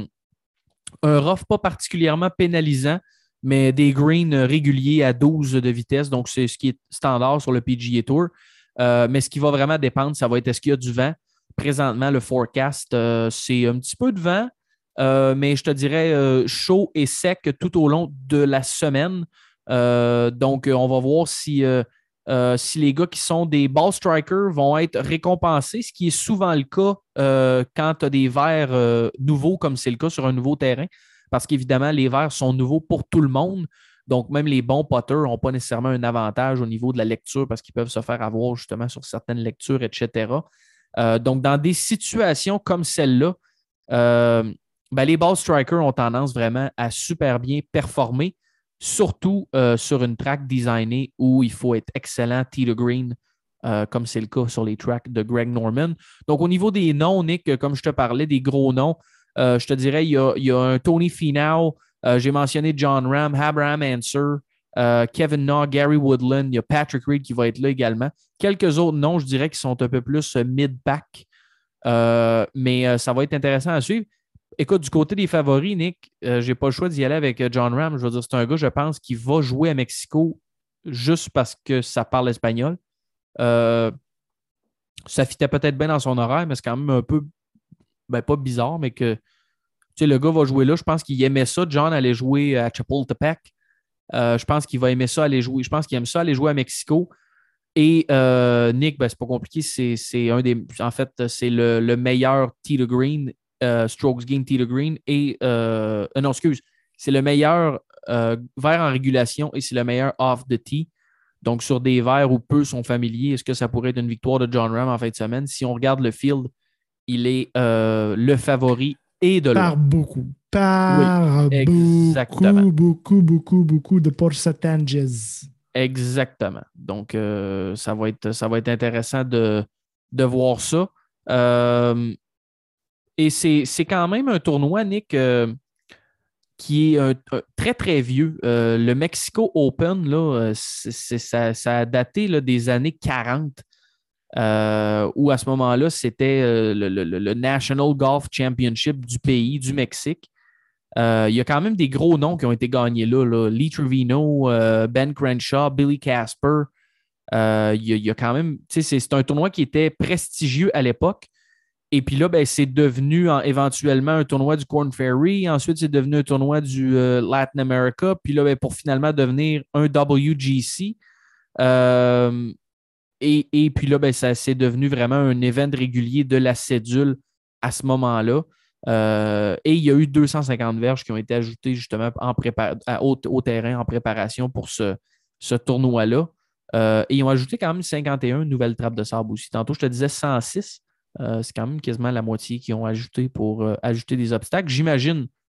un rough pas particulièrement pénalisant, mais des greens réguliers à douze de vitesse, donc c'est ce qui est standard sur le P G A Tour. Euh, mais ce qui va vraiment dépendre, ça va être est-ce qu'il y a du vent. Présentement, le forecast, euh, c'est un petit peu de vent, euh, mais je te dirais euh, chaud et sec tout au long de la semaine. Euh, donc, on va voir si, euh, euh, si les gars qui sont des ball strikers vont être récompensés, ce qui est souvent le cas euh, quand tu as des verres euh, nouveaux, comme c'est le cas sur un nouveau terrain, parce qu'évidemment, les verres sont nouveaux pour tout le monde. Donc, même les bons putters n'ont pas nécessairement un avantage au niveau de la lecture parce qu'ils peuvent se faire avoir justement sur certaines lectures, et cetera. Euh, donc, dans des situations comme celle-là, euh, ben, les ball strikers ont tendance vraiment à super bien performer, surtout euh, sur une track designée où il faut être excellent tee to green, euh, comme c'est le cas sur les tracks de Greg Norman. Donc, au niveau des noms, Nick, comme je te parlais, des gros noms, euh, je te dirais, il y a, il y a un Tony Finau, euh, j'ai mentionné John Ram, Abraham Ancer, euh, Kevin Na, Gary Woodland, il y a Patrick Reed qui va être là également. Quelques autres noms, je dirais, qui sont un peu plus euh, mid-pack, euh, mais euh, ça va être intéressant à suivre. Écoute, du côté des favoris, Nick, euh, j'ai pas le choix d'y aller avec euh, John Ram. Je veux dire, c'est un gars, je pense, qui va jouer à Mexico juste parce que ça parle espagnol. Euh, ça fitait peut-être bien dans son horaire, mais c'est quand même un peu, ben pas bizarre, mais que tu sais, le gars va jouer là. Je pense qu'il aimait ça. John allait jouer à Chapultepec. Euh, je pense qu'il va aimer ça aller jouer. Je pense qu'il aime ça aller jouer à Mexico. Et euh, Nick, ben, c'est pas compliqué. C'est, c'est un des. En fait, c'est le, le meilleur tee to green, euh, strokes gain tee to green. Et euh, euh, non, excuse. C'est le meilleur euh, vert en régulation et c'est le meilleur off the tee. Donc, sur des verts où peu sont familiers, est-ce que ça pourrait être une victoire de John Ram en fin de semaine? Si on regarde le field, il est euh, le favori et de loin. Par beaucoup. Par Oui, exactement. beaucoup, beaucoup, beaucoup, beaucoup de pourcentages. Exactement. Donc, euh, ça, va être, ça va être intéressant de, de voir ça. Euh, et c'est, c'est quand même un tournoi, Nick, euh, qui est un, un- très, très vieux. Euh, le Mexico Open, là, euh, c'est- c'est- ça, ça a daté là, des années quarante, euh, où à ce moment-là, c'était euh, le, le- le- le National Golf Championship du pays, du Mexique. Euh, il y a quand même des gros noms qui ont été gagnés là. là. Lee Trevino, euh, Ben Crenshaw, Billy Casper. Euh, il, y a, il y a quand même. C'est, c'est un tournoi qui était prestigieux à l'époque. Et puis là, ben, c'est devenu en- éventuellement un tournoi du Corn Ferry. Ensuite, c'est devenu un tournoi du euh, Latin America. Puis là, ben, pour finalement devenir un W G C. Euh, et, et puis là, ben, ça c'est devenu vraiment un événement régulier de la cédule à ce moment-là. Euh, et il y a eu deux cent cinquante verges qui ont été ajoutées justement en prépa- à- au, au terrain en préparation pour ce, ce tournoi-là. Euh, et ils ont ajouté quand même cinquante et un nouvelles trappes de sable aussi. Tantôt, je te disais cent six. Euh, c'est quand même quasiment la moitié qui ont ajouté pour euh, ajouter des obstacles. J'imagine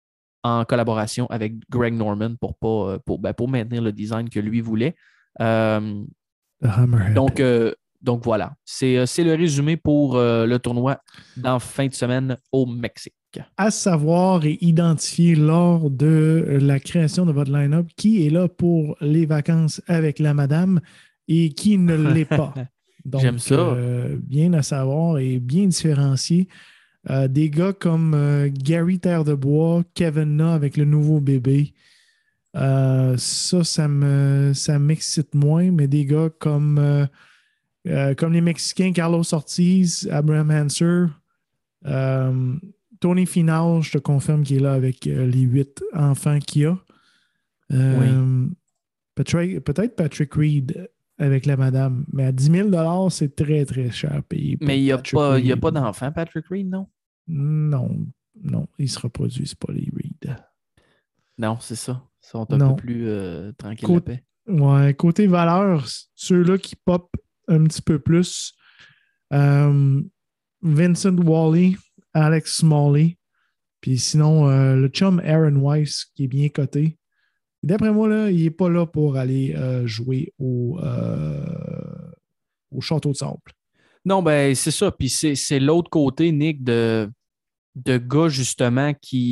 en collaboration avec Greg Norman pour, pas, pour, ben, pour maintenir le design que lui voulait. Euh, donc, euh, donc voilà, c'est, c'est le résumé pour euh, le tournoi dans fin de semaine au Mexique. À savoir et identifier lors de la création de votre line-up qui est là pour les vacances avec la madame et qui ne l'est pas. Donc, j'aime ça. Euh, bien à savoir et bien différencier. Euh, des gars comme euh, Gary Terre de Bois, Kevin Na avec le nouveau bébé. Euh, ça, ça, me, ça m'excite moins, mais des gars comme, euh, euh, comme les Mexicains Carlos Ortiz, Abraham Hanser, euh, Tony Finau, je te confirme qu'il est là avec euh, les huit enfants qu'il a. Euh, oui. Patrick, peut-être Patrick Reed avec la madame, mais à dix mille dollars c'est très, très cher à payer. Mais il n'y a, a pas d'enfant, Patrick Reed, non? Non, non, ils ne se reproduisent pas, les Reed. Non, c'est ça. Ils sont un non. peu plus euh, tranquilles Côte, la paix. Ouais, côté valeur, ceux-là qui pop un petit peu plus, euh, Vincent Wally, Alex Smalley, puis sinon, euh, le chum Aaron Weiss, qui est bien coté. D'après moi, là, il n'est pas là pour aller euh, jouer au, euh, au Château de Sable. Non, ben c'est ça. Puis c'est, c'est l'autre côté, Nick, de, de gars, justement,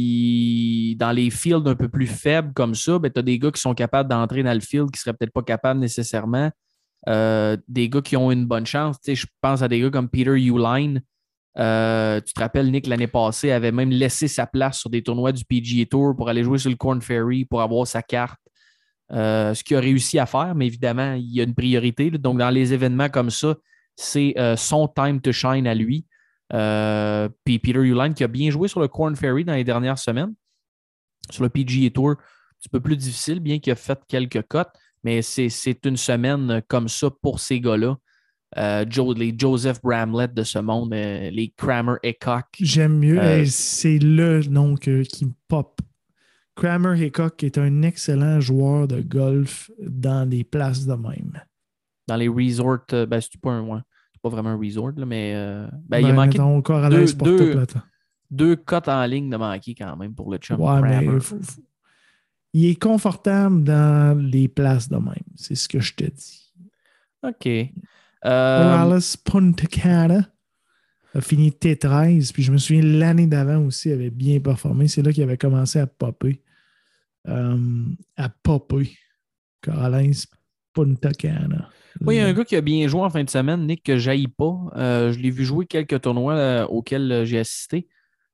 qui, dans les fields un peu plus faibles comme ça, ben, tu as des gars qui sont capables d'entrer dans le field qui ne seraient peut-être pas capables nécessairement. Euh, des gars qui ont une bonne chance. Tu sais, je pense à des gars comme Peter Uihlein. Euh, tu te rappelles, Nick, l'année passée, avait même laissé sa place sur des tournois du P G A Tour pour aller jouer sur le Korn Ferry pour avoir sa carte. Euh, ce qu'il a réussi à faire, mais évidemment, il y a une priorité. Là. Donc, dans les événements comme ça, c'est euh, son time to shine à lui. Euh, puis Peter Uihlein, qui a bien joué sur le Korn Ferry dans les dernières semaines. Sur le P G A Tour, un petit peu plus difficile, bien qu'il a fait quelques cotes, mais c'est, c'est une semaine comme ça pour ces gars-là. Euh, Joe, les Joseph Bramlett de ce monde, euh, les Kramer Hickok. J'aime mieux. Euh, c'est le nom que, qui me pop. Kramer Hickok est un excellent joueur de golf dans les places de même. Dans les resorts, euh, ben c'est pas un ouais, c'est pas vraiment un resort, là, mais euh, ben, ben, il a manqué encore à deux, l'aise pour deux, tout deux cotes en ligne de manquer quand même pour le chum ouais, Kramer. Mais faut, faut... il est confortable dans les places de même. C'est ce que je te dis. OK. Euh, Morales Punta Cana a fini T treize, puis je me souviens l'année d'avant aussi, il avait bien performé. C'est là qu'il avait commencé à popper. Euh, à popper. Morales Punta Cana. Oui, il y a un gars qui a bien joué en fin de semaine, Nick, que je n'haïs pas. Euh, je l'ai vu jouer quelques tournois euh, auxquels euh, j'ai assisté.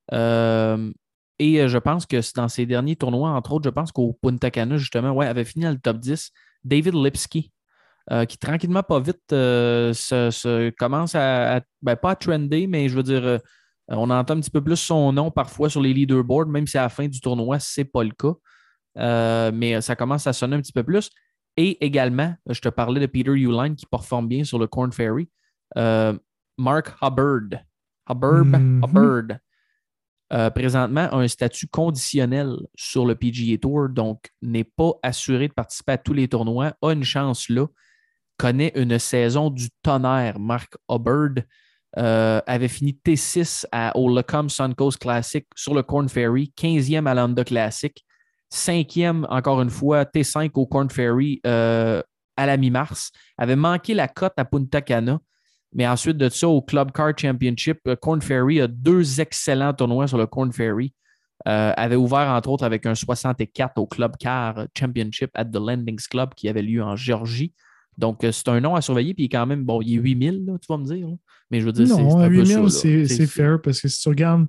Euh, et euh, je pense que c'est dans ces derniers tournois, entre autres, je pense qu'au Punta Cana, justement, ouais, avait fini dans le top dix. David Lipsky. Euh, qui tranquillement, pas vite, euh, se, se commence à, à ben, pas à trender, mais je veux dire, euh, on entend un petit peu plus son nom parfois sur les leaderboards, même si à la fin du tournoi, ce n'est pas le cas. Euh, mais ça commence à sonner un petit peu plus. Et également, je te parlais de Peter Uihlein qui performe bien sur le Korn Ferry. Euh, Mark Hubbard. Hubbard, mm-hmm. Hubbard. Euh, présentement, a un statut conditionnel sur le P G A Tour, donc n'est pas assuré de participer à tous les tournois, a une chance là. Connaît une saison du tonnerre. Mark Hubbard euh, avait fini T six à, au Lecom Suncoast Classic sur le Korn Ferry, quinzième à l'Honda Classic, cinquième, encore une fois, T cinq au Korn Ferry euh, à la mi-mars. Avait manqué la cote à Punta Cana, mais ensuite de ça, au Club Car Championship, Korn Ferry a deux excellents tournois sur le Korn Ferry. Euh, avait ouvert, entre autres, avec un soixante-quatre au Club Car Championship at the Landings Club qui avait lieu en Géorgie. Donc, c'est un nom à surveiller, puis quand même, bon, il est huit mille, là, tu vas me dire. Là. Mais je veux dire, non, c'est, c'est un huit mille, peu ça. C'est, c'est, c'est fair, parce que si tu regardes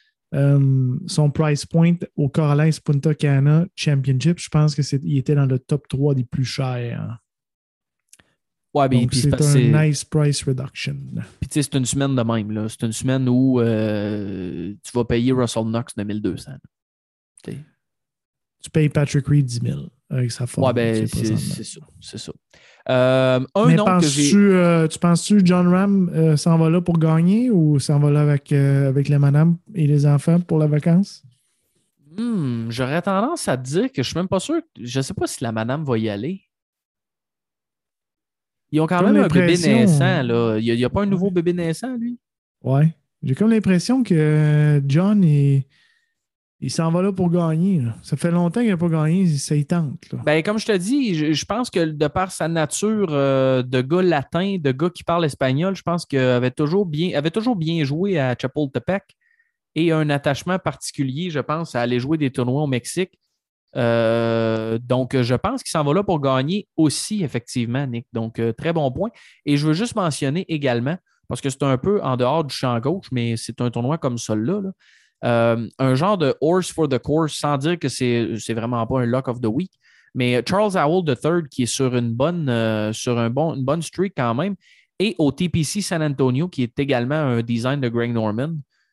euh, son price point au Corales Punta Cana Championship, je pense qu'il était dans le top trois des plus chers. Hein. Ouais, bien, donc, puis c'est, c'est un c'est... nice price reduction. Puis, tu sais, c'est une semaine de même. Là. C'est une semaine où euh, tu vas payer Russell Knox neuf mille deux cents. T'sais. Tu payes Patrick Reed dix mille avec sa forme. Ouais, ben, c'est, c'est ça. C'est ça. Euh, un Mais nom que j'ai... Tu, euh, tu penses-tu que John Ram euh, s'en va là pour gagner ou s'en va là avec, euh, avec les madames et les enfants pour la vacance? Hmm, j'aurais tendance à te dire que je suis même pas sûr. Je ne sais pas si la madame va y aller. Ils ont quand comme même un bébé naissant. Là. Il n'y a, a pas un nouveau bébé naissant, lui? Ouais. J'ai comme l'impression que John est, Il s'en va là pour gagner. Là. Ça fait longtemps qu'il n'a pas gagné, ça y tente. Là. Ben, comme je te dis, je, je pense que de par sa nature euh, de gars latin, de gars qui parle espagnol, je pense qu'il avait toujours bien, avait toujours bien joué à Chapultepec et un attachement particulier, je pense, à aller jouer des tournois au Mexique. Euh, donc, je pense qu'il s'en va là pour gagner aussi, effectivement, Nick. Donc, euh, très bon point. Et je veux juste mentionner également, parce que c'est un peu en dehors du champ gauche, mais c'est un tournoi comme celui-là, là. Euh, un genre de horse for the course, sans dire que c'est, c'est vraiment pas un lock of the week, mais Charles Howell the third qui est sur une bonne, euh, sur un bon, une bonne streak quand même, et au T P C San Antonio, qui est également un design de Greg Norman.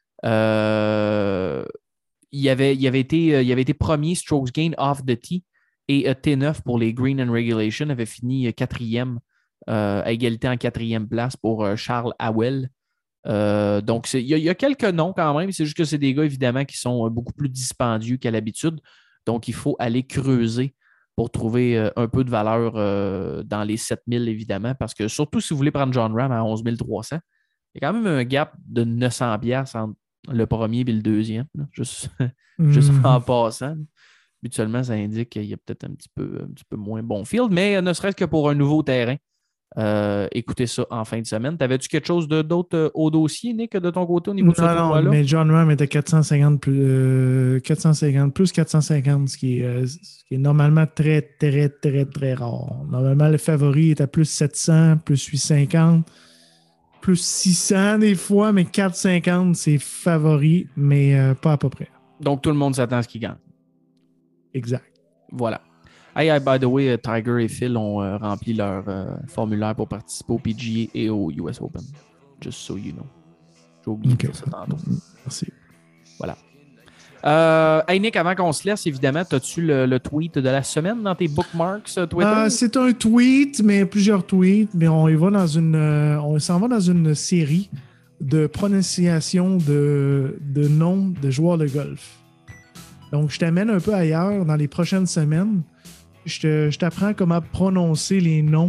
Euh, il, avait, il, avait été, il avait été premier strokes gain off the tee et T neuf pour les Green and Regulation avait fini quatrième, euh, à égalité en quatrième place pour Charles Howell. Euh, donc, il y, y a quelques noms quand même. C'est juste que c'est des gars, évidemment, qui sont beaucoup plus dispendieux qu'à l'habitude. Donc, il faut aller creuser pour trouver euh, un peu de valeur euh, dans les sept mille, évidemment. Parce que surtout si vous voulez prendre John Ram à onze mille trois cents, il y a quand même un gap de neuf cents dollars entre le premier et le deuxième. Là, juste juste mm. en passant. Habituellement, ça indique qu'il y a peut-être un petit peu, un petit peu moins bon field. Mais euh, ne serait-ce que pour un nouveau terrain. Euh, écoutez ça en fin de semaine. T'avais-tu quelque chose de, d'autre euh, au dossier, Nick, de ton côté au niveau non, de ce tournoi-là? Non, mais John Ram était quatre cent cinquante plus, euh, quatre cent cinquante, plus quatre cent cinquante, ce qui, est, euh, ce qui est normalement très, très, très, très rare. Normalement, le favori est à plus sept cents, plus huit cent cinquante, plus six cents des fois, mais quatre cent cinquante, c'est favori, mais euh, pas à peu près. Donc, tout le monde s'attend à ce qu'il gagne. Exact. Voilà. Hey, by the way, Tiger et Phil ont euh, rempli leur euh, formulaire pour participer au P G A et au U S Open. Just so you know. J'ai oublié okay. de faire ça tantôt. Merci. Voilà. Euh, hey Nick, avant qu'on se laisse, évidemment, as-tu le, le tweet de la semaine dans tes bookmarks Twitter? Euh, c'est un tweet, mais plusieurs tweets. Mais on y va dans une, euh, on s'en va dans une série de prononciation de, de noms de joueurs de golf. Donc, je t'amène un peu ailleurs dans les prochaines semaines. Je, te, je t'apprends comment prononcer les noms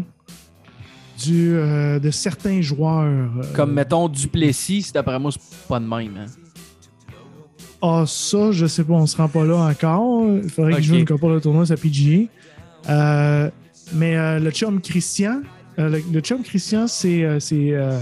du, euh, de certains joueurs. Comme, euh, mettons, Duplessis, c'est d'après moi, c'est pas de même. Hein? Ah, ça, je sais pas, on se rend pas là encore. Il faudrait okay. que je joue une couple de tournoi à P G A. Euh, mais euh, le chum Christian, euh, le, le chum Christian, c'est, euh, c'est euh,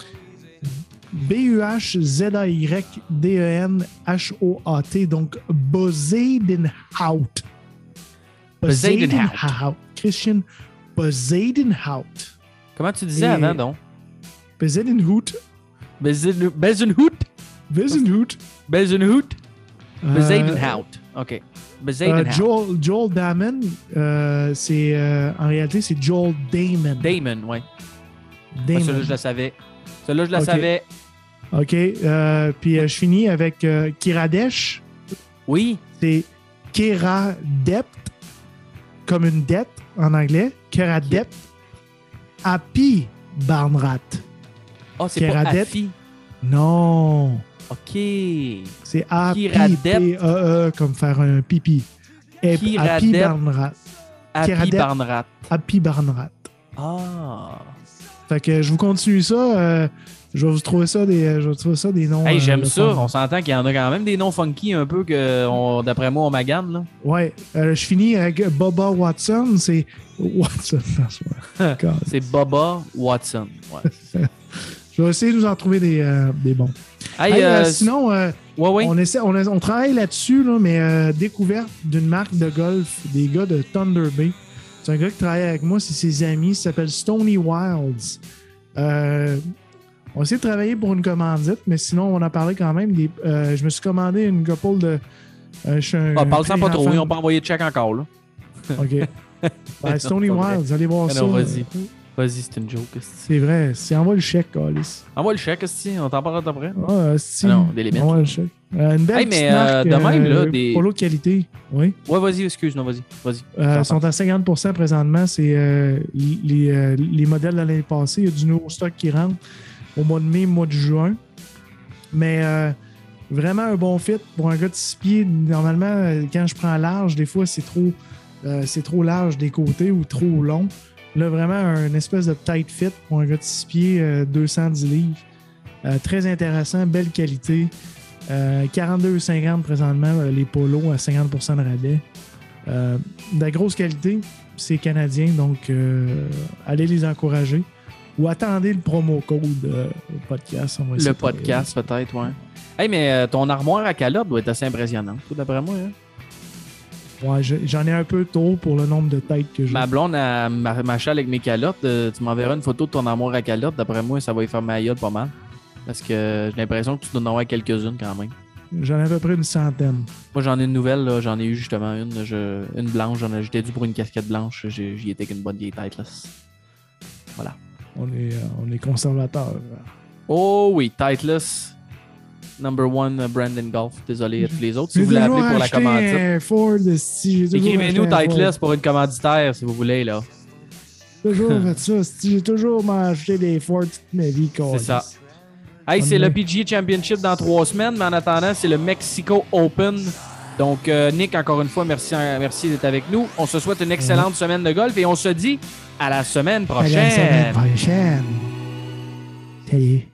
B U H Z A Y D E N H O A T, donc Bezuidenhout. Bezuidenhout. Christian Bezuidenhout. Comment tu disais Et avant, donc? Bezuidenhout. Bezuidenhout. Bezuidenhout. Bezuidenhout. Bezuidenhout. OK. Bezuidenhout. Euh, Joel, Joel Damon, euh, c'est, euh, en réalité, c'est Joel Damon. Damon, oui. Damon. Ouais, celui-là, je le savais. Celui-là, je le okay. savais. OK. Euh, puis euh, je finis avec euh, Kiradesh. Oui. C'est Kiradept, comme une dette en anglais. Kiradept. Happy Barnrat. Oh, c'est Kiradept. Pas Happy. Non. OK. C'est Happy, P E E, comme faire un pipi. Happy Barnrat. Happy Barnrat. Happy Barnrat. Ah. Fait que je vous continue ça. Euh, je vais vous trouver ça des, je vais trouver ça des noms. Hey, j'aime euh, ça. fun. On s'entend qu'il y en a quand même des noms funky un peu que, on, d'après moi, on magane. Là. Ouais. Euh, je finis avec Bubba Watson. C'est Watson. C'est Bubba Watson. Ouais. Je vais essayer de vous en trouver des, euh, des bons. Hey, hey, euh, euh, sinon, euh, ouais, ouais. On, essaie, on, on travaille là-dessus, là, mais euh, découverte d'une marque de golf, des gars de Thunder Bay. C'est un gars qui travaille avec moi, c'est ses amis, ça s'appelle Stony Wilds. Euh, on essaie de travailler pour une commandite, mais sinon, on a parlé quand même. Des, euh, je me suis commandé une couple de... Euh, je suis un, ah, parle-en pas trop, on peut envoyer de check encore. Là. OK. Ben, Stony Wilds, allez voir ah ça. Non, vas-y. Vas-y, c'est une joke. C'est vrai. C'est envoie le chèque, Alice. Envoie le chèque, si on t'en parlera après. Ah, si. Ah non, des limites. Envoie le chèque. Euh, une belle hey, mais euh, de même, là, euh, des... polo de qualité. Oui. Ouais, vas-y, excuse-moi, vas-y. vas-y. Euh, ils sont à cinquante pour cent présentement. C'est euh, les, euh, les modèles de l'année passée. Il y a du nouveau stock qui rentre au mois de mai, mois de juin. Mais euh, vraiment un bon fit pour un gars de six pieds. Normalement, quand je prends large, des fois, c'est trop, euh, c'est trop large des côtés ou trop long. Là, vraiment, un espèce de tight fit pour un gars de six pieds, euh, deux cent dix livres. Euh, très intéressant, belle qualité. Euh, quarante-deux cinquante présentement, les polos à cinquante pour cent de rabais. Euh, de la grosse qualité, c'est canadien, donc euh, allez les encourager. Ou attendez le promo code euh, au podcast. On va le podcast, peut-être, ouais. Hey, mais euh, ton armoire à calotte doit être assez impressionnante, tout d'après moi. Hein? Ouais, j'en ai un peu tôt pour le nombre de têtes que j'ai. Ma blonde a marché avec mes calottes. Euh, tu m'enverras une photo de ton armoire à calotte. D'après moi, ça va y faire ma gueule pas mal. Parce que j'ai l'impression que tu dois en avoir quelques-unes quand même. J'en ai à peu près une centaine. Moi, j'en ai une nouvelle. Là. J'en ai eu justement une. Je... Une blanche. J'en ai... J'étais dû pour une casquette blanche. J'ai... J'y étais qu'une bonne vieille tête. Là. Voilà. On est, on est conservateur. Oh oui, Titleist. Number one Brandon Golf. Désolé à tous les autres. Si vous voulez appeler pour la commandite. Ford, si, écrivez-nous Titleist pour une commanditaire si vous voulez. Là. J'ai toujours fait ça. Si, j'ai toujours acheté des Ford toute ma vie. C'est ça. Hey, c'est le P G A Championship dans trois semaines, mais en attendant, c'est le Mexico Open. Donc, euh, Nick, encore une fois, merci, merci d'être avec nous. On se souhaite une excellente ouais. semaine de golf et on se dit à la semaine prochaine. À la semaine prochaine. Salut.